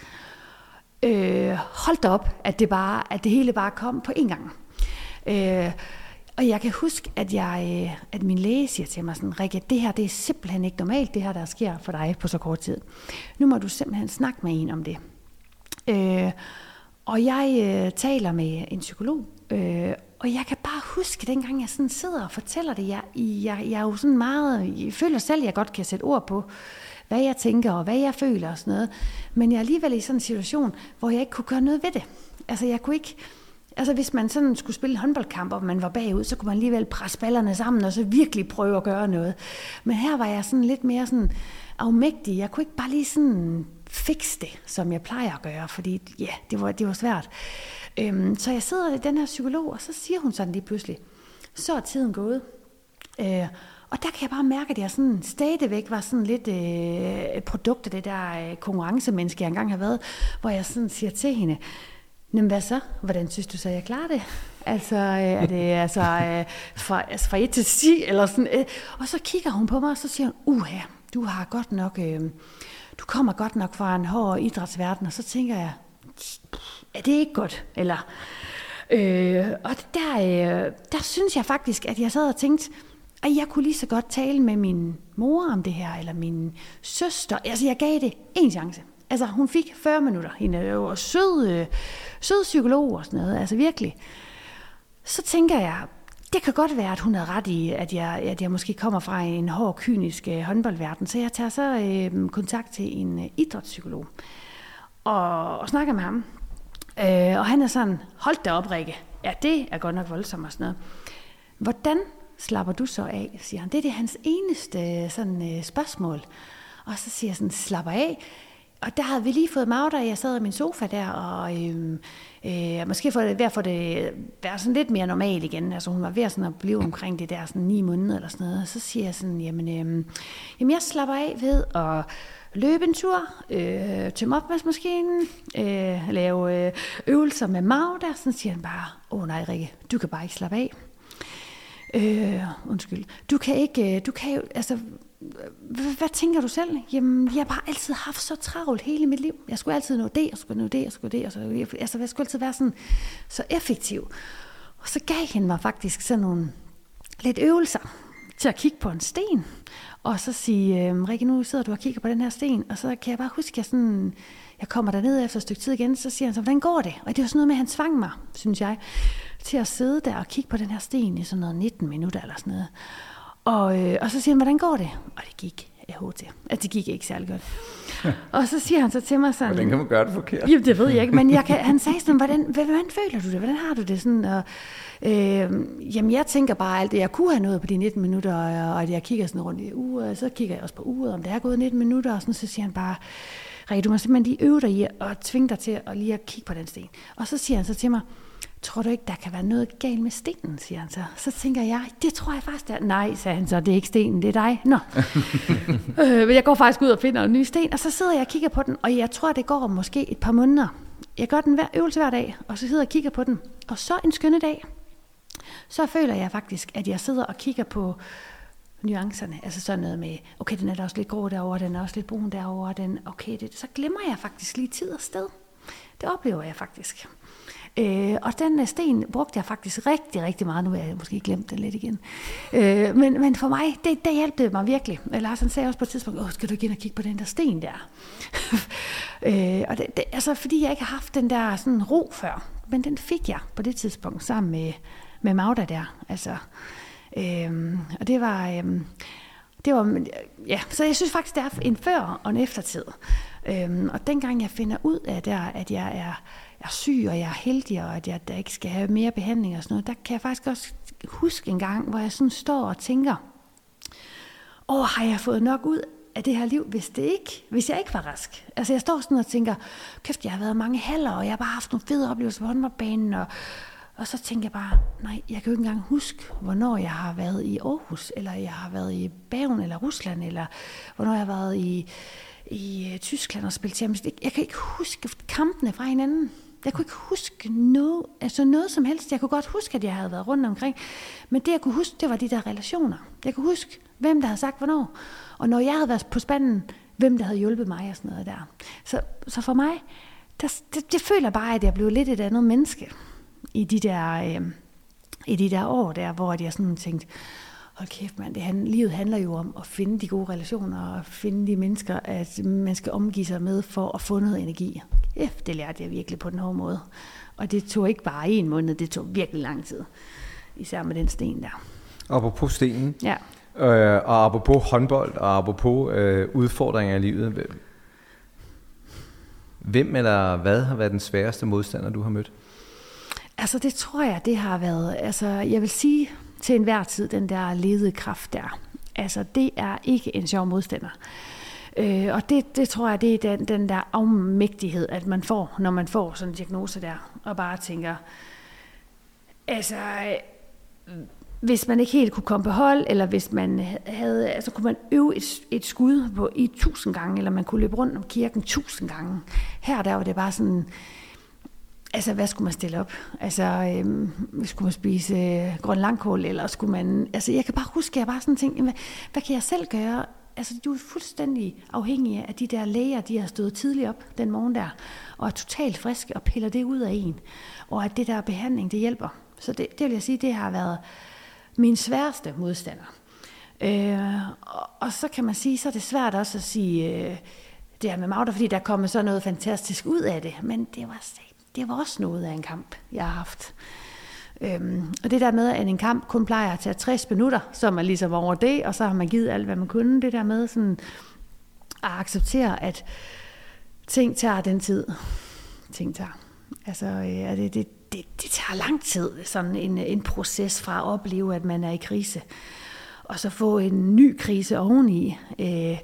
øh, hold da op, at det, bare, at det hele bare kom på en gang. Øh, Og jeg kan huske, at, jeg, at min læge siger til mig sådan, Rikke, det her det er simpelthen ikke normalt, det her der sker for dig på så kort tid. Nu må du simpelthen snakke med en om det. Øh, og jeg øh, taler med en psykolog, øh, og jeg kan bare huske, dengang jeg sådan sidder og fortæller det, jeg, jeg, jeg er jo sådan meget, jeg føler selv, at jeg godt kan sætte ord på, hvad jeg tænker og hvad jeg føler og sådan noget. Men jeg er alligevel i sådan en situation, hvor jeg ikke kunne gøre noget ved det. Altså jeg kunne ikke... Altså hvis man sådan skulle spille en håndboldkamp, og man var bagud, så kunne man alligevel presse ballerne sammen, og så virkelig prøve at gøre noget. Men her var jeg sådan lidt mere sådan afmægtig. Jeg kunne ikke bare lige sådan fikse det, som jeg plejer at gøre, fordi ja, det var, det var svært. Øhm, så jeg sidder i den her psykolog, og så siger hun sådan lige pludselig, så er tiden gået. Øh, og der kan jeg bare mærke, at jeg sådan stadigvæk var sådan lidt øh, et produkt af det der øh, konkurrencemenneske, jeg engang har været, hvor jeg sådan siger til hende, jamen hvad så? Hvordan synes du så, jeg klarer det? Altså, er det altså fra, altså fra et til ti, eller sådan. Og så kigger hun på mig, og så siger hun, uha, du har godt nok, øh, du kommer godt nok fra en hård idrætsverden, og så tænker jeg, er det ikke godt? Eller, øh, og der, øh, der synes jeg faktisk, at jeg sad og tænkte, at jeg kunne lige så godt tale med min mor om det her, eller min søster. Altså, jeg gav det en chance. Altså, hun fik fyrre minutter. Hende var sød, øh, sød psykolog og sådan noget. Altså, virkelig. Så tænker jeg, det kan godt være, at hun har ret i, at jeg, at jeg måske kommer fra en hård, kynisk øh, håndboldverden, så jeg tager så øh, kontakt til en øh, idrætspsykolog og, og snakker med ham. Øh, og han er sådan, hold da op, Rikke. Ja, det er godt nok voldsomt og sådan noget. Hvordan slapper du så af, siger han. Det er det hans eneste sådan, øh, spørgsmål. Og så siger jeg sådan, slapper af. Og der havde vi lige fået Magda, jeg sad i min sofa der, og øh, øh, måske for, ved at få det være sådan lidt mere normal igen. Altså hun var ved sådan at blive omkring det der sådan ni måneder eller sådan noget. Og så siger jeg sådan, jamen, øh, jamen jeg slapper af ved at løbe en tur, øh, tømme opvaskemaskinen, øh, lave øh, øvelser med Magda. Så siger han bare, åh nej Rikke, du kan bare ikke slappe af. Øh, undskyld. Du kan ikke, du kan jo, altså, hvad, hvad tænker du selv? Jamen, jeg har bare altid haft så travlt hele mit liv. Jeg skulle altid nå det, jeg skulle nå det, jeg skulle det, og så, altså, jeg skulle altid være sådan, så effektiv. Og så gav han mig faktisk sådan nogle lidt øvelser til at kigge på en sten, og så sige, øh, Rikke, nu sidder du og kigger på den her sten, og så kan jeg bare huske, at jeg sådan, jeg kommer derned efter et stykke tid igen, så siger han så, hvordan går det? Og det var sådan noget med, at han tvang mig, synes jeg, til at sidde der og kigge på den her sten i sådan noget nitten minutter eller sådan noget. Og, øh, og så siger han, hvordan går det? Og det gik A H T. Altså, det gik ikke særlig godt. Og så siger han så til mig sådan... Hvordan kan man gøre det forkert? Jamen, det ved jeg ikke, men jeg kan, han sagde sådan, hvordan, hvordan føler du det? Hvordan har du det sådan? Og, øh, jamen, jeg tænker bare alt det, jeg kunne have nået på de nitten minutter, og, og at jeg kigger sådan rundt i uger, og så kigger jeg også på uret, om det er gået nitten minutter, og sådan, så siger han bare, Rikke, du må simpelthen lige øve dig i og tvinge dig til at lige at kigge på den sten. Og så siger han så til mig, tror du ikke, der kan være noget galt med stenen, siger han så. Så tænker jeg, det tror jeg faktisk, der. Nej, sagde han så, det er ikke stenen, det er dig. Nå. øh, jeg går faktisk ud og finder en ny sten, og så sidder jeg og kigger på den, og jeg tror, det går måske et par måneder. Jeg gør den hver øvelse hver dag, og så sidder jeg og kigger på den. Og så en skønne dag, så føler jeg faktisk, at jeg sidder og kigger på nuancerne. Altså sådan noget med, okay, den er da også lidt grå derovre, den er også lidt brun derovre, den, okay, det, så glemmer jeg faktisk lige tid og sted. Det oplever jeg faktisk. Øh, og den sten brugte jeg faktisk rigtig, rigtig meget. Nu har jeg måske glemt den lidt igen. Øh, men, men for mig, det, det hjalp det mig virkelig. Lars han sagde også på et tidspunkt, åh, skal du ikke ind og kigge på den der sten der? øh, og det, det, altså, fordi jeg ikke har haft den der sådan ro før. Men den fik jeg på det tidspunkt sammen med, med Magda der. Altså, øh, og det var... Øh, det var, ja, så jeg synes faktisk, det er en før og en eftertid. Øh, og dengang jeg finder ud af der, at jeg er jeg er syg, og jeg er heldig, og at jeg der ikke skal have mere behandling og sådan noget, der kan jeg faktisk også huske en gang, hvor jeg sådan står og tænker, åh, har jeg fået nok ud af det her liv, hvis, det ikke, hvis jeg ikke var rask? Altså jeg står sådan og tænker, kæft, jeg har været mange haller, og jeg har bare haft nogle fede oplevelser på håndboldbanen, og, og så tænker jeg bare, nej, jeg kan jo ikke engang huske, hvornår jeg har været i Aarhus, eller jeg har været i Bergen, eller Rusland, eller hvornår jeg har været i, i Tyskland og spillet Champions League. Jeg kan ikke huske kampene fra hinanden. Jeg kunne ikke huske noget, altså noget som helst. Jeg kunne godt huske, at jeg havde været rundt omkring. Men det, jeg kunne huske, det var de der relationer. Jeg kunne huske, hvem der havde sagt hvornår. Og når jeg havde været på spanden, hvem der havde hjulpet mig og sådan noget der. Så, så for mig, der, det, det føler bare, at jeg blev lidt et andet menneske i de der, øh, i de der år der, hvor jeg sådan tænkte, hold kæft mand, det han, livet handler jo om at finde de gode relationer og finde de mennesker, at man skal omgive sig med for at få noget energi. Ja, det lærte jeg virkelig på den hårde måde. Og det tog ikke bare en måned, det tog virkelig lang tid. Især med den sten der. Apropos stenen, ja. øh, og apropos håndbold, og apropos øh, udfordringer i livet. Hvem eller hvad har været den sværeste modstander, du har mødt? Altså det tror jeg, det har været, altså jeg vil sige til enhver tid, den der ledige kraft der. Altså det er ikke en sjov modstander. Øh, og det, det tror jeg, det er den, den der afmægtighed, at man får, når man får sådan en diagnose der, og bare tænker, altså, hvis man ikke helt kunne komme på hold, eller hvis man havde, altså kunne man øve et, et skud på i tusind gange, eller man kunne løbe rundt om kirken tusind gange. Her der var det bare sådan, altså hvad skulle man stille op? Altså, øhm, skulle man spise øh, grøn langkål, eller skulle man, altså jeg kan bare huske, at jeg bare sådan tænkte, hvad, hvad kan jeg selv gøre? Altså, du er fuldstændig afhængig af de der læger, de har stået tidligt op den morgen der, og er totalt friske og piller det ud af en. Og at det der behandling, det hjælper. Så det, det vil jeg sige, det har været min sværeste modstander. Øh, og, og så kan man sige, så er det svært også at sige øh, det her med Magda, fordi der kommer så noget fantastisk ud af det. Men det var, det var også noget af en kamp, jeg har haft. Øhm, og det der med, at en kamp kun plejer at tage tres minutter, så er man ligesom over det, og så har man givet alt, hvad man kunne. Det der med sådan at acceptere, at ting tager den tid, ting tager. Altså, øh, det, det, det, det tager lang tid, sådan en, en proces fra at opleve, at man er i krise, og så få en ny krise oveni, øh,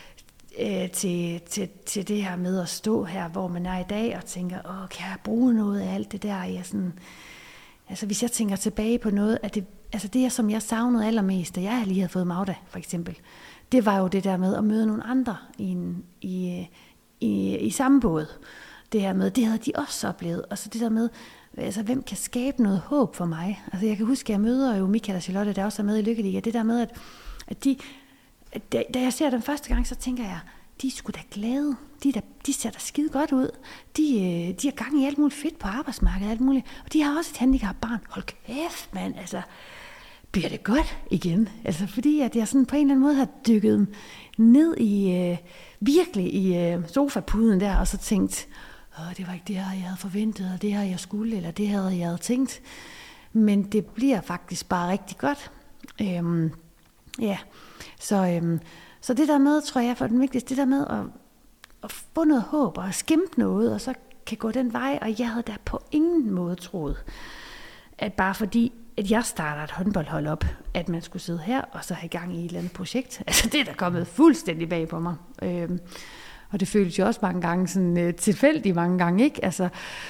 øh, til, til, til det her med at stå her, hvor man er i dag, og tænker, åh, kan jeg bruge noget af alt det der? Jeg sådan, altså, hvis jeg tænker tilbage på noget, at det, altså det, som jeg savnede allermest, da jeg lige havde fået Magda, for eksempel, det var jo det der med at møde nogle andre i, en, i, i, i samme båd. Det her med, det havde de også oplevet. Og så det der med, altså hvem kan skabe noget håb for mig? Altså jeg kan huske, at jeg møder jo Michael og Charlotte, der også er med i Lykkeliga. Det der med, at, at de, at da, da jeg ser dem første gang, så tænker jeg, de er sgu da glade. De, der, de ser da skide godt ud. De, de har gang i alt muligt fedt på arbejdsmarkedet, alt muligt. Og de har også et handicapbarn. Hold kæft, mand, altså bliver det godt igen? Altså fordi at jeg sådan på en eller anden måde har dykket ned i, øh, virkelig i øh, sofapuden der, og så tænkt, åh, det var ikke det her, jeg havde forventet, og det her, jeg skulle, eller det her, jeg havde tænkt. Men det bliver faktisk bare rigtig godt. Øhm, ja, så, øhm, så det der med, tror jeg, for den vigtigste, det der med at, at få noget håb, og at skimpe noget, og så kan gå den vej, og jeg havde da på ingen måde troet, at bare fordi, at jeg starter et håndboldhold op, at man skulle sidde her, og så have gang i et eller andet projekt. Altså det er da kommet fuldstændig bag på mig. Øhm, og det føles jo også mange gange sådan øh, tilfældigt mange gange, ikke? Altså,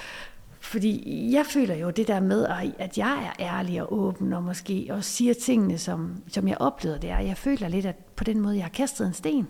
fordi jeg føler jo det der med, at jeg er ærlig og åben, og måske også siger tingene, som, som jeg oplevede det er. Jeg føler lidt, at på den måde, jeg har kastet en sten,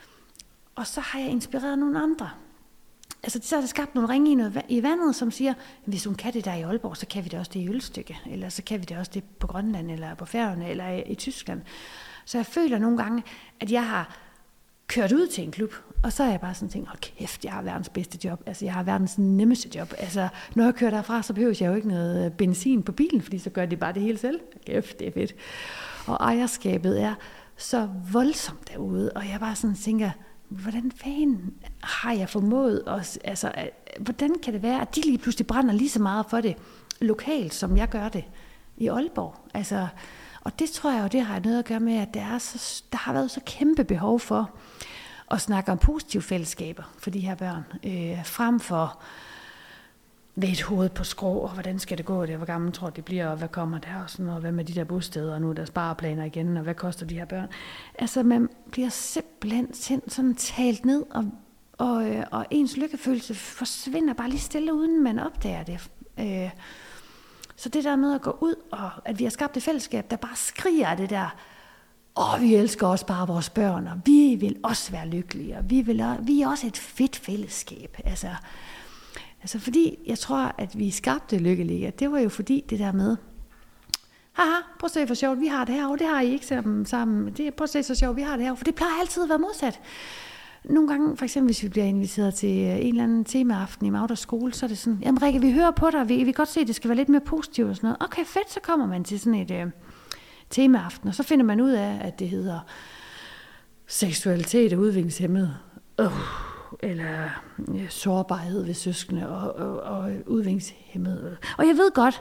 og så har jeg inspireret nogle andre. Altså, så har det skabt nogle ringe i, noget, i vandet, som siger, hvis hun kan det der i Aalborg, så kan vi det også det i Ølstykke, eller så kan vi det også det på Grønland, eller på Færøerne, eller i, i Tyskland. Så jeg føler nogle gange, at jeg har kørt ud til en klub, og så er jeg bare sådan tænkt, hold kæft, jeg har verdens bedste job, altså jeg har verdens nemmeste job. Altså, når jeg kører derfra, så behøver jeg jo ikke noget benzin på bilen, fordi så gør de bare det hele selv. Kæft, det er fedt. Og ejerskabet er så voldsomt derude, og jeg bare sådan tænker, hvordan fanden har jeg formået os, altså, hvordan kan det være, at de lige pludselig brænder lige så meget for det lokalt, som jeg gør det i Aalborg? Altså, og det tror jeg jo, det har noget at gøre med, at der, er så, der har været så kæmpe behov for at snakke om positive fællesskaber for de her børn, øh, frem for ved et hoved på skrå, og hvordan skal det gå, det, hvor gammel tror det bliver, og hvad kommer der, og sådan, og hvad med de der bosteder, og nu er der spareplaner igen, og hvad koster de her børn? Altså, man bliver simpelthen sådan talt ned, og, og, og ens lykkefølelse forsvinder bare lige stille, uden man opdager det. Øh, så det der med at gå ud, og at vi har skabt et fællesskab, der bare skriger af det der, åh, vi elsker også bare vores børn, og vi vil også være lykkelige, og vi, vil, vi er også et fedt fællesskab. Altså, altså fordi, jeg tror, at vi skabte Lykkeliga, det var jo fordi det der med, haha, prøv at se for sjovt, vi har det her, og det har I ikke sammen. sammen. Det, prøv at se så sjovt, vi har det her, for det plejer altid at være modsat. Nogle gange, for eksempel hvis vi bliver inviteret til en eller anden temaaften i Magdas skole, så er det sådan, jamen Rikke, vi hører på dig, vi, vi kan godt se, at det skal være lidt mere positivt og sådan noget. Okay, fedt, så kommer man til sådan et øh, temaaften, og så finder man ud af, at det hedder seksualitet og udviklingshæmmet, øh, eller ja, sårbarhed ved søskende og, og, og udviklingshæmmet. Og jeg ved godt,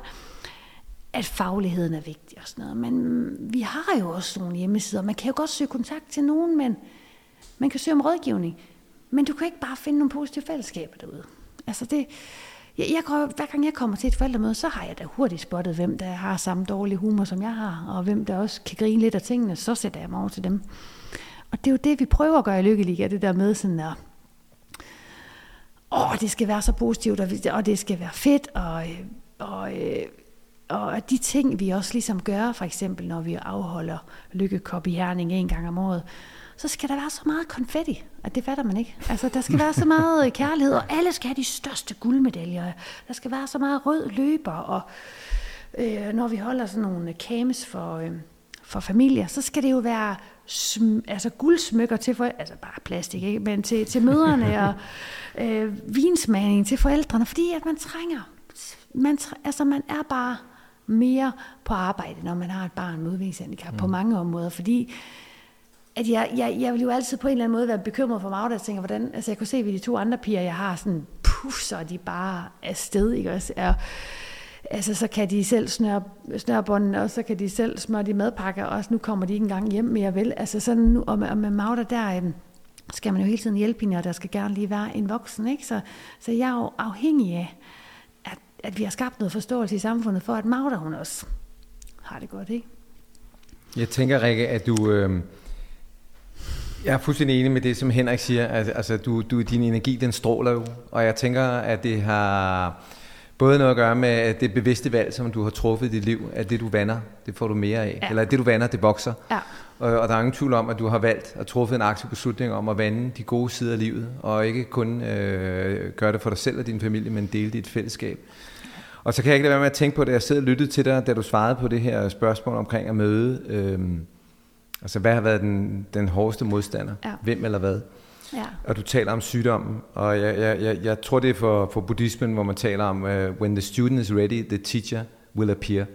at fagligheden er vigtig og sådan noget, men vi har jo også nogle hjemmesider, man kan jo godt søge kontakt til nogen, men man kan søge om rådgivning, men du kan ikke bare finde nogle positive fællesskaber derude. Altså det, jeg, jeg går, hver gang jeg kommer til et forældremøde, så har jeg da hurtigt spottet, hvem der har samme dårlige humor, som jeg har, og hvem der også kan grine lidt af tingene, så sætter jeg mig over til dem. Og det er jo det, vi prøver at gøre i Lykkeliga, det der med sådan, at åh, det skal være så positivt, og det skal være fedt, og, og, og de ting, vi også ligesom gør, for eksempel når vi afholder Lykkekop i Herning en gang om året, så skal der være så meget konfetti, at det fatter man ikke. Altså, der skal være så meget kærlighed, og alle skal have de største guldmedaljer. Der skal være så meget rød løber, og øh, når vi holder sådan nogle cames for, øh, for familier, så skal det jo være sm- altså guldsmykker til forældrene, altså bare plastik, ikke? Men til, til mødrene, og øh, vinsmagning til forældrene, fordi at man trænger. Man, tr- altså, man er bare mere på arbejde, når man har et barn med udviklingshandicap mm. på mange områder, fordi at jeg, jeg, jeg vil jo altid på en eller anden måde være bekymret for Magda, og tænker, hvordan, altså jeg kunne se ved de to andre piger, jeg har sådan, puff, så er de bare afsted, ikke også? Er, altså, så kan de selv snøre, snøre båndene, og så kan de selv smøre de madpakker, og nu kommer de ikke engang hjem mere vel. Altså sådan nu, og med, og med Magda der, øh, skal man jo hele tiden hjælpe hende, og der skal gerne lige være en voksen, ikke? Så, så jeg er jo afhængig af, at, at vi har skabt noget forståelse i samfundet for, at Magda hun også har det godt, ikke? Jeg tænker, Rikke, at du... Øh, jeg er fuldstændig enig med det, som Henrik siger. Altså, du, du, din energi, den stråler jo, og jeg tænker, at det har både noget at gøre med det bevidste valg, som du har truffet i dit liv, at det, du vander, det får du mere af. Ja. Eller at det, du vander, det vokser. Ja. Og, og der er ingen tvivl om, at du har valgt at træffe en aktiv beslutning om at vande de gode sider af livet, og ikke kun øh, gøre det for dig selv og din familie, men dele det i et fællesskab. Og så kan jeg ikke lade være med at tænke på det, jeg sidder og lyttede til dig, da du svarede på det her spørgsmål omkring at møde, øh, altså hvad har været den, den hårdeste modstander? Ja. Hvem eller hvad? Ja. Og du taler om sygdommen, og jeg, jeg, jeg, jeg tror det er for, for buddhismen, hvor man taler om, uh, when the student is ready, the teacher will appear.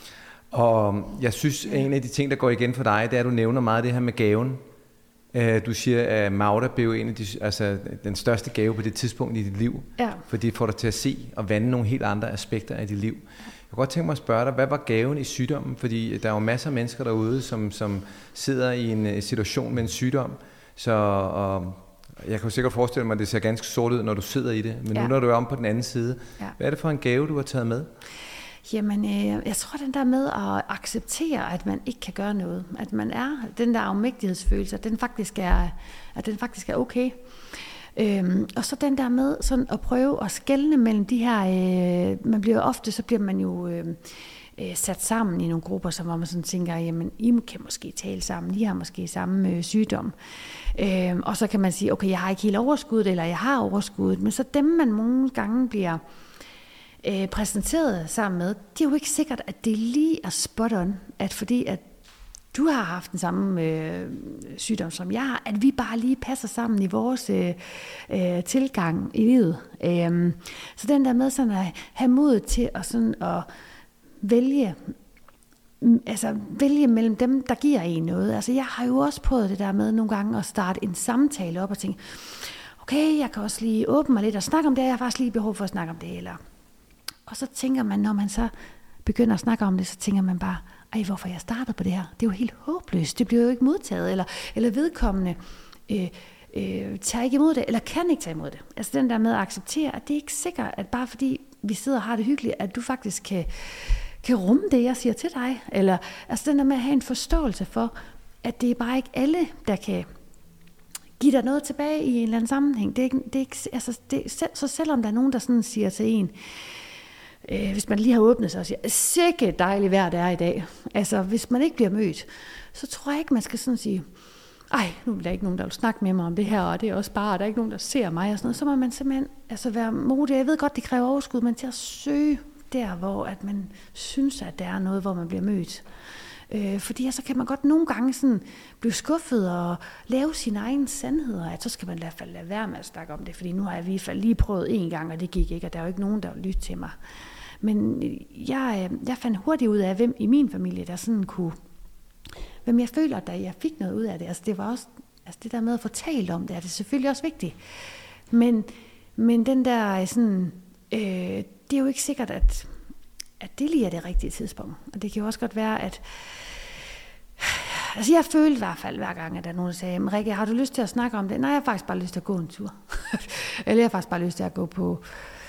Og jeg synes, at en af de ting, der går igen for dig, det er, at du nævner meget det her med gaven. Uh, du siger, at Magda blev en af de, altså, den største gave på det tidspunkt i dit liv, ja. For det får dig til at se og vande nogle helt andre aspekter af dit liv. Jeg kunne godt tænke mig at spørge dig, hvad var gaven i sygdommen? Fordi der er jo masser af mennesker derude, som, som sidder i en situation med en sygdom, så... Og, jeg kan jo sikkert forestille mig, at det ser ganske sort ud, når du sidder i det. Men ja. Nu når du er om på den anden side, ja. Hvad er det for en gave, du har taget med? Jamen, øh, jeg tror, den der med at acceptere, at man ikke kan gøre noget. At man er, den der afmægtighedsfølelse, at den faktisk er, at den faktisk er okay. Øhm, og så den der med sådan at prøve at skelne mellem de her... Øh, man bliver ofte, så bliver man jo... Øh, sat sammen i nogle grupper, som man sådan tænker, jamen, I kan måske tale sammen, I har måske samme øh, sygdom. Øh, og så kan man sige, okay, jeg har ikke helt overskuddet, eller jeg har overskuddet, men så dem, man nogle gange bliver øh, præsenteret sammen med, det er jo ikke sikkert, at det lige er spot on, at fordi at du har haft den samme øh, sygdom som jeg har, at vi bare lige passer sammen i vores øh, øh, tilgang i livet. Øh, så den der med sådan at have mod til at sådan at vælge, altså vælge mellem dem, der giver en noget. Altså jeg har jo også prøvet det der med nogle gange at starte en samtale op og tænke, okay, jeg kan også lige åbne mig lidt og snakke om det, jeg har faktisk lige behov for at snakke om det. Eller. Og så tænker man, når man så begynder at snakke om det, så tænker man bare, ej, hvorfor jeg startede på det her? Det er jo helt håbløst, det bliver jo ikke modtaget, eller, eller vedkommende øh, øh, tager ikke imod det, eller kan ikke tage imod det. Altså den der med at acceptere, at det er ikke sikkert, at bare fordi vi sidder og har det hyggeligt, at du faktisk kan kan rumme det, jeg siger til dig. Eller altså den der med at have en forståelse for, at det er bare ikke alle, der kan give dig noget tilbage i en eller anden sammenhæng. Det er ikke, det er ikke, altså det, så selvom der er nogen, der sådan siger til en, øh, hvis man lige har åbnet sig og siger, sikke dejligt vejr det er i dag. Altså hvis man ikke bliver mødt, så tror jeg ikke, man skal sådan sige, ej, nu er der ikke nogen, der vil snakke med mig om det her, og det er også bare, der er ikke nogen, der ser mig og sådan noget. Så må man simpelthen altså være modig. Jeg ved godt, det kræver overskud, men til at søge der, hvor at man synes, at der er noget, hvor man bliver mødt. Øh, fordi så kan man godt nogle gange sådan blive skuffet og lave sine egne sandheder, at så skal man i hvert fald lade være med at snakke om det, fordi nu har jeg i hvert fald lige prøvet en gang, og det gik ikke, og der er jo ikke nogen, der vil lytte til mig. Men jeg, jeg fandt hurtigt ud af, hvem i min familie, der sådan kunne, hvem jeg føler, da jeg fik noget ud af det. Altså det var også, altså det der med at få talt om det, er det selvfølgelig også vigtigt. Men, men den der sådan, øh, det er jo ikke sikkert, at, at det lige er det rigtige tidspunkt. Og det kan jo også godt være, at altså jeg følte i hvert fald hver gang, at der er nogen, der sagde, Rikke, har du lyst til at snakke om det? Nej, jeg har faktisk bare lyst til at gå en tur. Eller jeg har faktisk bare lyst til at gå på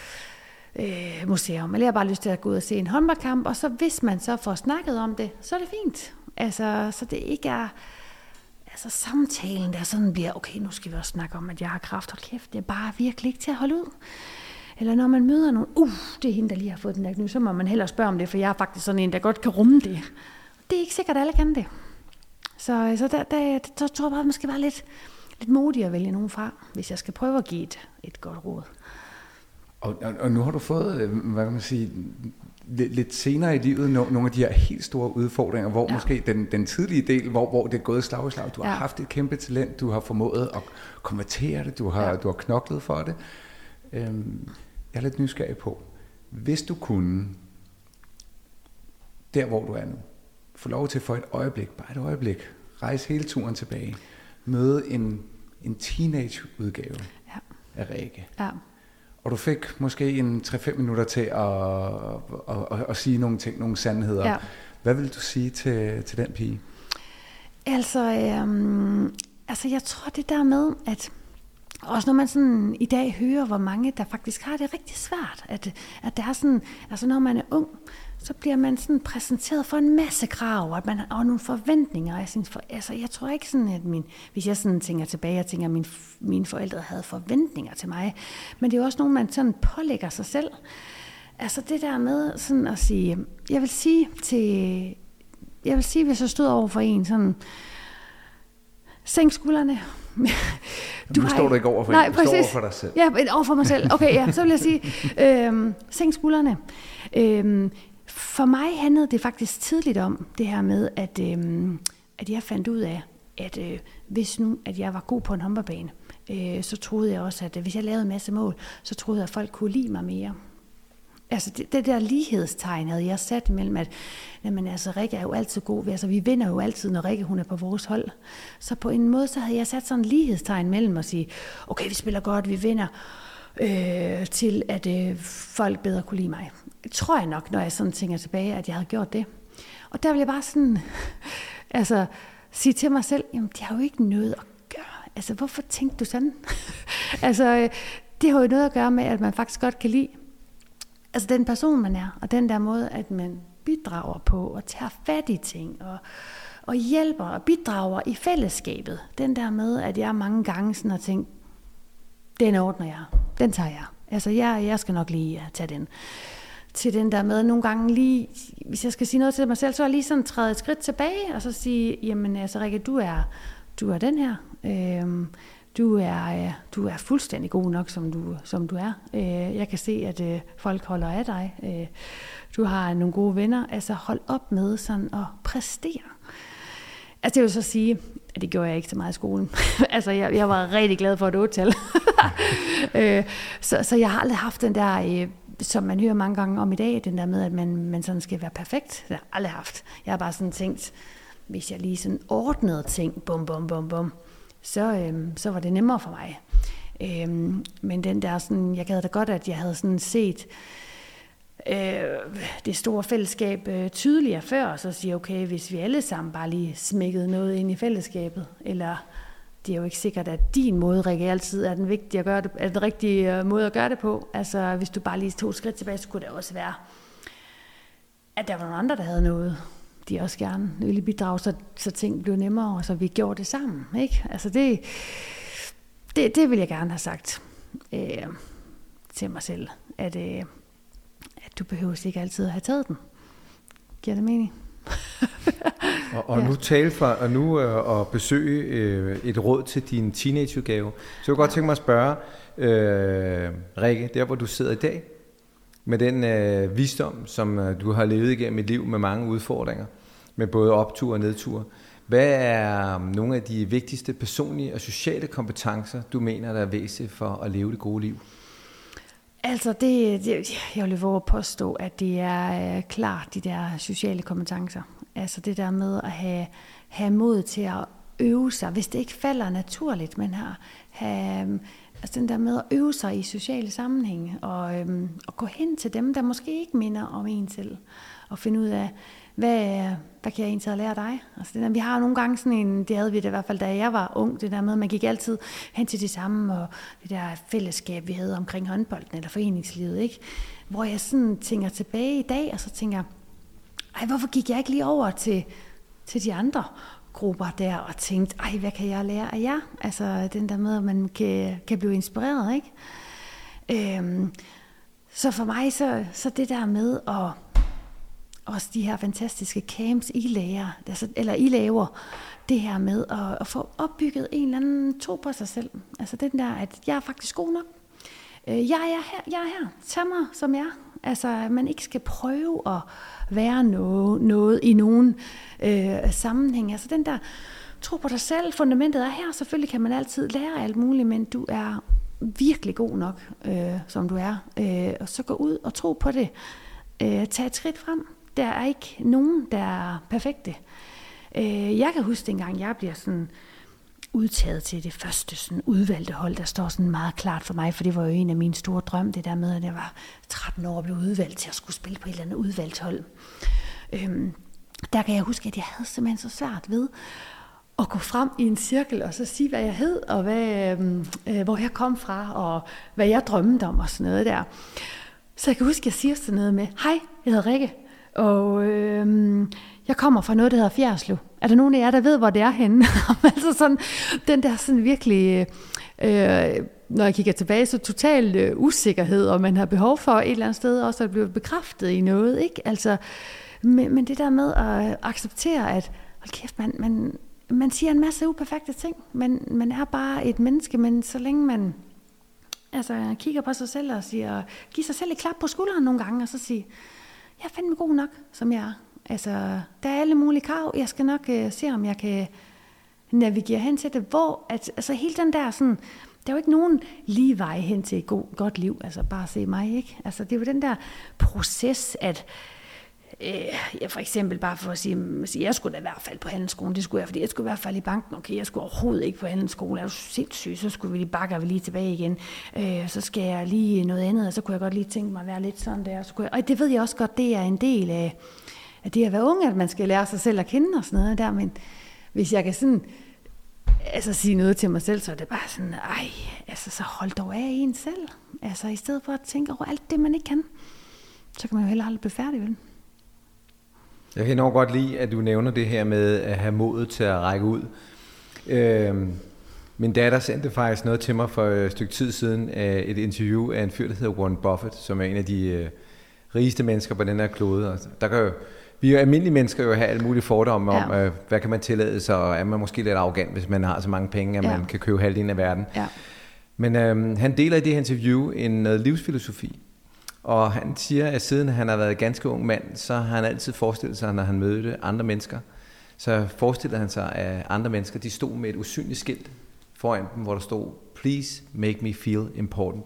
øh, museum. Eller jeg har bare lyst til at gå ud og se en håndboldkamp. Og så hvis man så får snakket om det, så er det fint. Altså, så det ikke er altså samtalen, der sådan bliver, okay, nu skal vi også snakke om, at jeg har kræft. Hold kæft, det er bare virkelig ikke til at holde ud. Eller når man møder nogen, uh, det er hende, der lige har fået den der kniv, så må man hellere spørge om det, for jeg er faktisk sådan en, der godt kan rumme det. Det er ikke sikkert, at alle kan det. Så, så der, der, der tror jeg bare, at man skal være lidt, lidt modig at vælge nogen fra, hvis jeg skal prøve at give et, et godt råd. Og, og, og nu har du fået, hvad kan man sige, lidt, lidt senere i livet, nogle af de her helt store udfordringer, hvor ja. måske den, den tidlige del, hvor, hvor det er gået slag i slag, du har ja. haft et kæmpe talent, du har formået at konvertere det, du har, ja. du har knoklet for det. Øhm, jeg er lidt nysgerrig på, hvis du kunne, der hvor du er nu, få lov til for et øjeblik, bare et øjeblik, rejse hele turen tilbage, møde en, en teenage-udgave ja. af Rikke, ja. og du fik måske en tre fem minutter til at, at, at, at sige nogle ting, nogle sandheder. Ja. Hvad vil du sige til, til den pige? Altså, øhm, altså, jeg tror det der med, at også når man sådan i dag hører, hvor mange der faktisk har det rigtig svært, at, at der er sådan, altså når man er ung, så bliver man sådan præsenteret for en masse krav, at man har nogle forventninger. Jeg, synes, for, altså, jeg tror ikke sådan, at min, hvis jeg sådan tænker tilbage, jeg tænker, at min, mine forældre havde forventninger til mig, men det er jo også nogle, man sådan pålægger sig selv. Altså det der med sådan at sige, jeg vil sige til, jeg vil sige, hvis jeg stod over for en sådan, sænk skuldrene. Du nu står du ikke over for nej, en, du præcis. står over for dig selv. Ja, over for mig selv. Okay, ja, så vil jeg sige, øhm, sænk skuldrene. Øhm, for mig handlede det faktisk tidligt om det her med, at, øhm, at jeg fandt ud af, at øh, hvis nu, at jeg var god på en håndboldbane, øh, så troede jeg også, at øh, hvis jeg lavede en masse mål, så troede jeg, at folk kunne lide mig mere. Altså det, det der lighedstegn havde jeg sat mellem, at jamen, altså, Rikke er jo altid god ved, altså vi vinder jo altid, når Rikke hun er på vores hold. Så på en måde, så havde jeg sat sådan en lighedstegn mellem at sige, okay, vi spiller godt, vi vinder, øh, til at øh, folk bedre kunne lide mig. Det tror jeg nok, når jeg sådan tænker tilbage, at jeg havde gjort det. Og der vil jeg bare sådan, altså sige til mig selv, jamen det har jo ikke noget at gøre. Altså hvorfor tænkte du sådan? altså det har jo noget at gøre med, at man faktisk godt kan lide altså den person, man er, og den der måde, at man bidrager på, og tager fat i ting, og, og hjælper og bidrager i fællesskabet. Den der med, at jeg mange gange sådan har tænkt, den ordner jeg, den tager jeg. Altså, jeg, jeg skal nok lige tage den. Til den der med, nogle gange lige, hvis jeg skal sige noget til mig selv, så er jeg lige sådan træde et skridt tilbage, og så sige, jamen altså Rikke, du er, du er den her. Øhm, Du er, du er fuldstændig god nok, som du, som du er. Jeg kan se, at folk holder af dig. Du har nogle gode venner. Altså hold op med sådan at præstere. Altså det vil så sige, at det gjorde jeg ikke så meget i skolen. altså jeg, jeg var rigtig glad for et otte-tal. så, så jeg har aldrig haft den der, som man hører mange gange om i dag, den der med, at man, man sådan skal være perfekt. Det har jeg aldrig haft. Jeg har bare sådan tænkt, hvis jeg lige sådan ordnede ting, bum, bum, bum, bum, Så, øhm, så var det nemmere for mig. Øhm, men den der sådan, jeg gad da godt, at jeg havde sådan set øh, det store fællesskab øh, tydeligere før, og så siger okay, hvis vi alle sammen bare lige smækkede noget ind i fællesskabet, eller det er jo ikke sikkert, at din måde, Rikke, altid er den vigtige at gøre det, er den rigtige måde at gøre det på. Altså, hvis du bare lige tog et skridt tilbage, så kunne det også være, at der var nogle andre, der havde noget, de også gerne ville bidrage, så, så ting blev nemmere, og så vi gjorde det sammen, ikke? Altså det, det, det vil jeg gerne have sagt øh, til mig selv, at, øh, at du behøver ikke altid at have taget den. Giver det mening? og, og ja. nu tale fra, og nu øh, og besøge øh, et råd til din teenageudgave. Så jeg kunne godt tænke mig at spørge, øh, Rikke, der hvor du sidder i dag, med den øh, visdom, som øh, du har levet igennem et liv med mange udfordringer, med både optur og nedtur. Hvad er nogle af de vigtigste personlige og sociale kompetencer, du mener, der er væsentligt for at leve det gode liv? Altså, det, det, jeg vil våge at påstå, at det er øh, klart de der sociale kompetencer. Altså det der med at have, have mod til at øve sig, hvis det ikke falder naturligt, men har, have, altså den der med at øve sig i sociale sammenhænge, og, øhm, og gå hen til dem, der måske ikke minder om en selv, og finde ud af, hvad, hvad kan jeg egentlig have lært dig? Altså det der, vi har nogle gange sådan en, det havde vi det i hvert fald, da jeg var ung, det der med, at man gik altid hen til det samme, og det der fællesskab, vi havde omkring håndbolden eller foreningslivet, ikke? Hvor jeg sådan tænker tilbage i dag, og så tænker, ej, hvorfor gik jeg ikke lige over til, til de andre grupper der, og tænkte, ej, hvad kan jeg lære af jer? Altså den der med, at man kan, kan blive inspireret, ikke? Øhm, så for mig, så, så det der med at også de her fantastiske camps, I lærer, altså, eller I laver, det her med at, at få opbygget en eller anden tro på sig selv. Altså den der, at jeg er faktisk god nok. Jeg er her, jeg er her. Tag mig som jeg er. Altså, at man ikke skal prøve at være noget, noget i nogen øh, sammenhæng. Altså den der tro på dig selv, fundamentet er her. Selvfølgelig kan man altid lære alt muligt, men du er virkelig god nok, øh, som du er. Øh, og så gå ud og tro på det. Øh, tag et skridt frem. Der er ikke nogen, der er perfekte. Øh, jeg kan huske dengang, jeg bliver sådan, udtaget til det første sådan udvalgte hold, der står sådan meget klart for mig, for det var jo en af mine store drømme, det der med, at jeg var tretten år og blev udvalgt til at skulle spille på et eller andet udvalgt hold. Øhm, der kan jeg huske, at jeg havde simpelthen så svært ved at gå frem i en cirkel og så sige, hvad jeg hed, og hvad, øh, hvor jeg kom fra, og hvad jeg drømte om, og sådan noget der. Så jeg kan huske, at jeg siger sådan noget med, hej, jeg hedder Rikke, og øh, jeg kommer fra noget, der hedder Fjerritslev. Er der nogen af jer, der ved, hvor det er henne? Altså sådan, den der sådan virkelig, øh, når jeg kigger tilbage, så total øh, usikkerhed, og man har behov for et eller andet sted også at blive bekræftet i noget, ikke? Altså, men, men det der med at acceptere, at hold kæft, man, man, man siger en masse uperfekte ting, men man er bare et menneske, men så længe man altså, kigger på sig selv og siger, giver sig selv et klap på skulderen nogle gange, og så siger, jeg er fandme god nok, som jeg er. Altså, der er alle mulige krav. Jeg skal nok uh, se, om jeg kan navigere hen til det. Hvor, at, altså hele den der sådan, der er jo ikke nogen lige vej hen til et god, godt liv. Altså, bare se mig, ikke? Altså, det er jo den der proces, at øh, jeg for eksempel bare for at sige, at jeg skulle da i hvert fald på handelsskolen. Det skulle jeg, fordi jeg skulle i hvert fald i banken. Okay, jeg skulle overhovedet ikke på handelsskolen. Er du sindssyg? Så skulle vi lige bakke, og vi lige tilbage igen. Øh, så skal jeg lige noget andet, og så kunne jeg godt lige tænke mig at være lidt sådan der. Så kunne jeg, og det ved jeg også godt, det er en del af at det at være ung, at man skal lære sig selv at kende og sådan noget der, men hvis jeg kan sådan, altså sige noget til mig selv, så er det bare sådan, ej, altså så hold dog af en selv. Altså i stedet for at tænke over alt det, man ikke kan, så kan man jo heller aldrig blive færdig, vel? Jeg kan enormt godt lide, at du nævner det her med at have modet til at række ud. Øhm, min datter sendte faktisk noget til mig for et stykke tid siden, af et interview af en fyr, der hedder Warren Buffett, som er en af de øh, rigeste mennesker på den her klode. Der kan jo Vi er almindelige mennesker jo have alle mulige fordomme om, ja. øh, hvad kan man tillade sig, og er man måske lidt arrogant, hvis man har så mange penge, at ja. man kan købe halvdelen af verden. Ja. Men øh, han deler i det her interview en noget livsfilosofi, og han siger, at siden han har været ganske ung mand, så har han altid forestillet sig, når han mødte andre mennesker, så forestillede han sig, at andre mennesker, de stod med et usynligt skilt foran dem, hvor der stod, please make me feel important.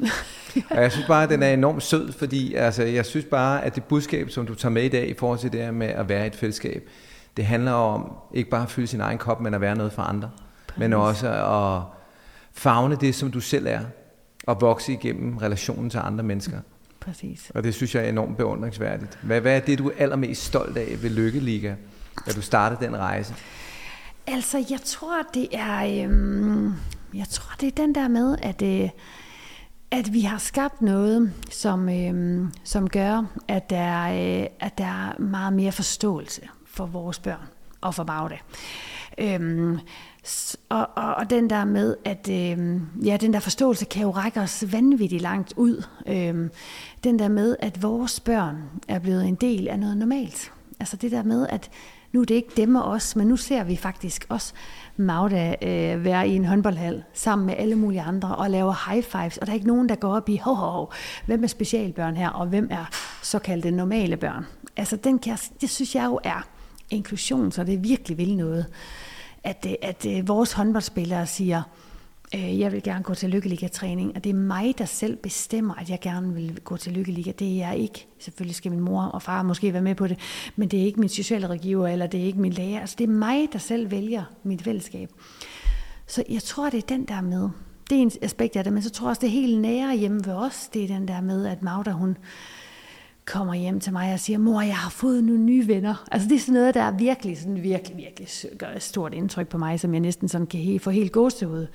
Og jeg synes bare, at den er enormt sød, fordi altså, jeg synes bare, at det budskab, som du tager med i dag i forhold til det her med at være i et fællesskab, det handler om ikke bare at fylde sin egen kop, men at være noget for andre. Præcis. Men også at favne det, som du selv er, og vokse igennem relationen til andre mennesker. Præcis. Og det synes jeg er enormt beundringsværdigt. Hvad, hvad er det, du er allermest stolt af ved Lykkeliga, da du startede den rejse? Altså, jeg tror, det er, øhm, jeg tror, det er den der med, at øh, at vi har skabt noget, som, øhm, som gør, at der, øh, at der er meget mere forståelse for vores børn og for Magda. Øhm, og, og, og den der med, at øhm, ja, den der forståelse kan jo række os vanvittigt langt ud. Øhm, den der med, at vores børn er blevet en del af noget normalt. Altså det der med, at nu er det ikke dem og os, men nu ser vi faktisk også Magda øh, være i en håndboldhal sammen med alle mulige andre og laver high fives, og der er ikke nogen, der går op i, ho, ho, ho, hvem er specialbørn her, og hvem er såkaldte normale børn. Altså den kan, det synes jeg jo er inklusion, så det virkelig vil noget. At, at, at vores håndboldspillere siger, øh, jeg vil gerne gå til Lykkeliga-træning, og det er mig, der selv bestemmer, at jeg gerne vil gå til Lykkeliga. Det er jeg ikke. Selvfølgelig skal min mor og far måske være med på det, men det er ikke min sociale rådgiver, eller det er ikke min lærer. Altså det er mig, der selv vælger mit fællesskab. Så jeg tror, det er den der med. Det er en aspekt af det, men så tror jeg også, det er helt nære hjemme ved os. Det er den der med, at Magda, hun kommer hjem til mig og siger, mor, jeg har fået nogle nye venner. Altså det er sådan noget, der er virkelig, sådan virkelig, virkelig gør et stort indtryk på mig, som jeg næsten sådan kan få helt gåsehud.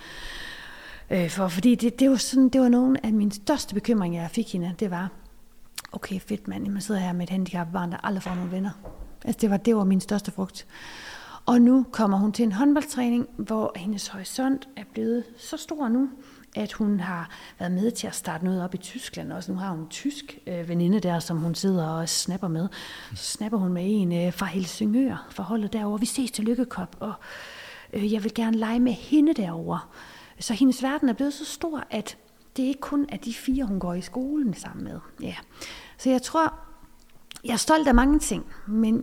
Øh, for, fordi det, det, var sådan, det var nogle af mine største bekymringer, jeg fik hende. Det var, okay, fedt mand, man sidder her med et handicapbarn, der aldrig får nogle venner. Altså det var, det var min største frugt. Og nu kommer hun til en håndboldtræning, hvor hendes horisont er blevet så stor nu, at hun har været med til at starte noget op i Tyskland også. Nu har hun en tysk øh, veninde der, som hun sidder og snapper med. Så snapper hun med en øh, fra Helsingør, fra holdet derovre. Vi ses til Lykkekop, og øh, jeg vil gerne lege med hende derovre. Så hendes verden er blevet så stor, at det ikke kun er de fire, hun går i skolen sammen med. Ja. Så jeg tror, jeg er stolt af mange ting, men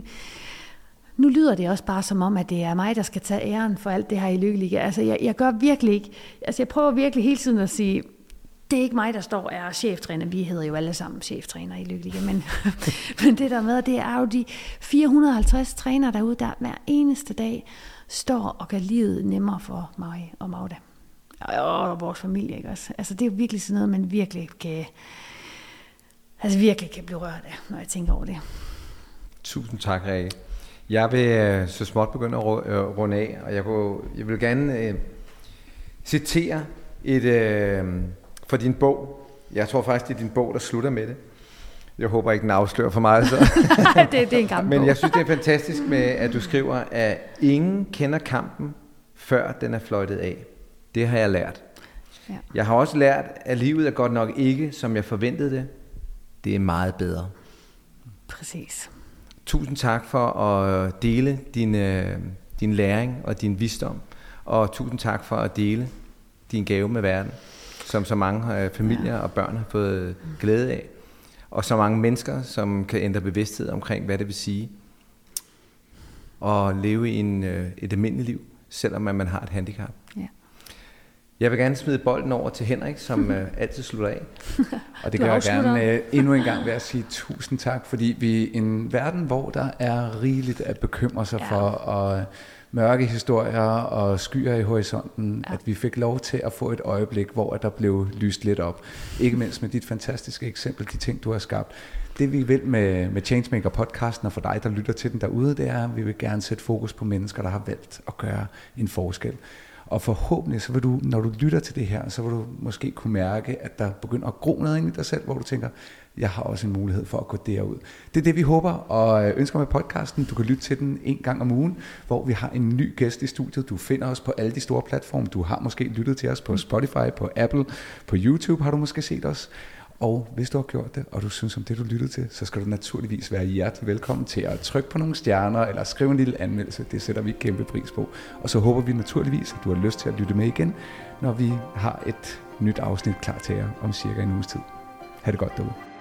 nu lyder det også bare som om, at det er mig, der skal tage æren for alt det her i Lykkeliga. Altså, jeg, jeg gør virkelig ikke. Altså, jeg prøver virkelig hele tiden at sige, det er ikke mig, der står og er cheftræner. Vi hedder jo alle sammen cheftræner i Lykkelig, men, men det der med, det er jo de fire hundrede og halvtreds trænere derude, der hver eneste dag står og gør livet nemmere for mig og Magda. Og, og vores familie, ikke også? Altså, det er jo virkelig sådan noget, man virkelig kan, altså virkelig kan blive rørt af, når jeg tænker over det. Tusind tak, Rikke. Jeg vil så småt begynde at runde af, og jeg, kunne, jeg vil gerne øh, citere et, øh, fra din bog. Jeg tror faktisk, det er din bog, der slutter med det. Jeg håber ikke, den afslører for meget. Så. det, det er en gammel Men bog. jeg synes, det er fantastisk med, at du skriver, at ingen kender kampen, før den er fløjtet af. Det har jeg lært. Ja. Jeg har også lært, at livet er godt nok ikke, som jeg forventede det. Det er meget bedre. Præcis. Tusind tak for at dele din, din læring og din visdom. Og tusind tak for at dele din gave med verden, som så mange familier ja. og børn har fået glæde af. Og så mange mennesker, som kan ændre bevidsthed omkring, hvad det vil sige at leve i en, et almindeligt liv, selvom man har et handicap. Ja. Jeg vil gerne smide bolden over til Henrik, som uh, altid slutter af. Og det gør jeg gerne uh, endnu en gang ved at sige tusind tak, fordi vi i en verden, hvor der er rigeligt at bekymre sig ja. for, og mørke historier og skyer i horisonten, ja. at vi fik lov til at få et øjeblik, hvor der blev lyst lidt op. Ikke mindst med dit fantastiske eksempel, de ting, du har skabt. Det vi vil med, med Changemaker-podcasten, og for dig, der lytter til den derude, det er, at vi vil gerne sætte fokus på mennesker, der har valgt at gøre en forskel. Og forhåbentlig, så vil du, når du lytter til det her, så vil du måske kunne mærke, at der begynder at gro noget ind i dig selv, hvor du tænker, jeg har også en mulighed for at gå derud. Det er det, vi håber og ønsker med podcasten. Du kan lytte til den en gang om ugen, hvor vi har en ny gæst i studiet. Du finder os på alle de store platforme. Du har måske lyttet til os på Spotify, på Apple, på YouTube har du måske set os. Og hvis du har gjort det, og du synes om det, du lyttede til, så skal du naturligvis være hjertelig velkommen til at trykke på nogle stjerner, eller skrive en lille anmeldelse. Det sætter vi kæmpe pris på. Og så håber vi naturligvis, at du har lyst til at lytte med igen, når vi har et nyt afsnit klar til jer om cirka en uges tid. Ha' det godt derude.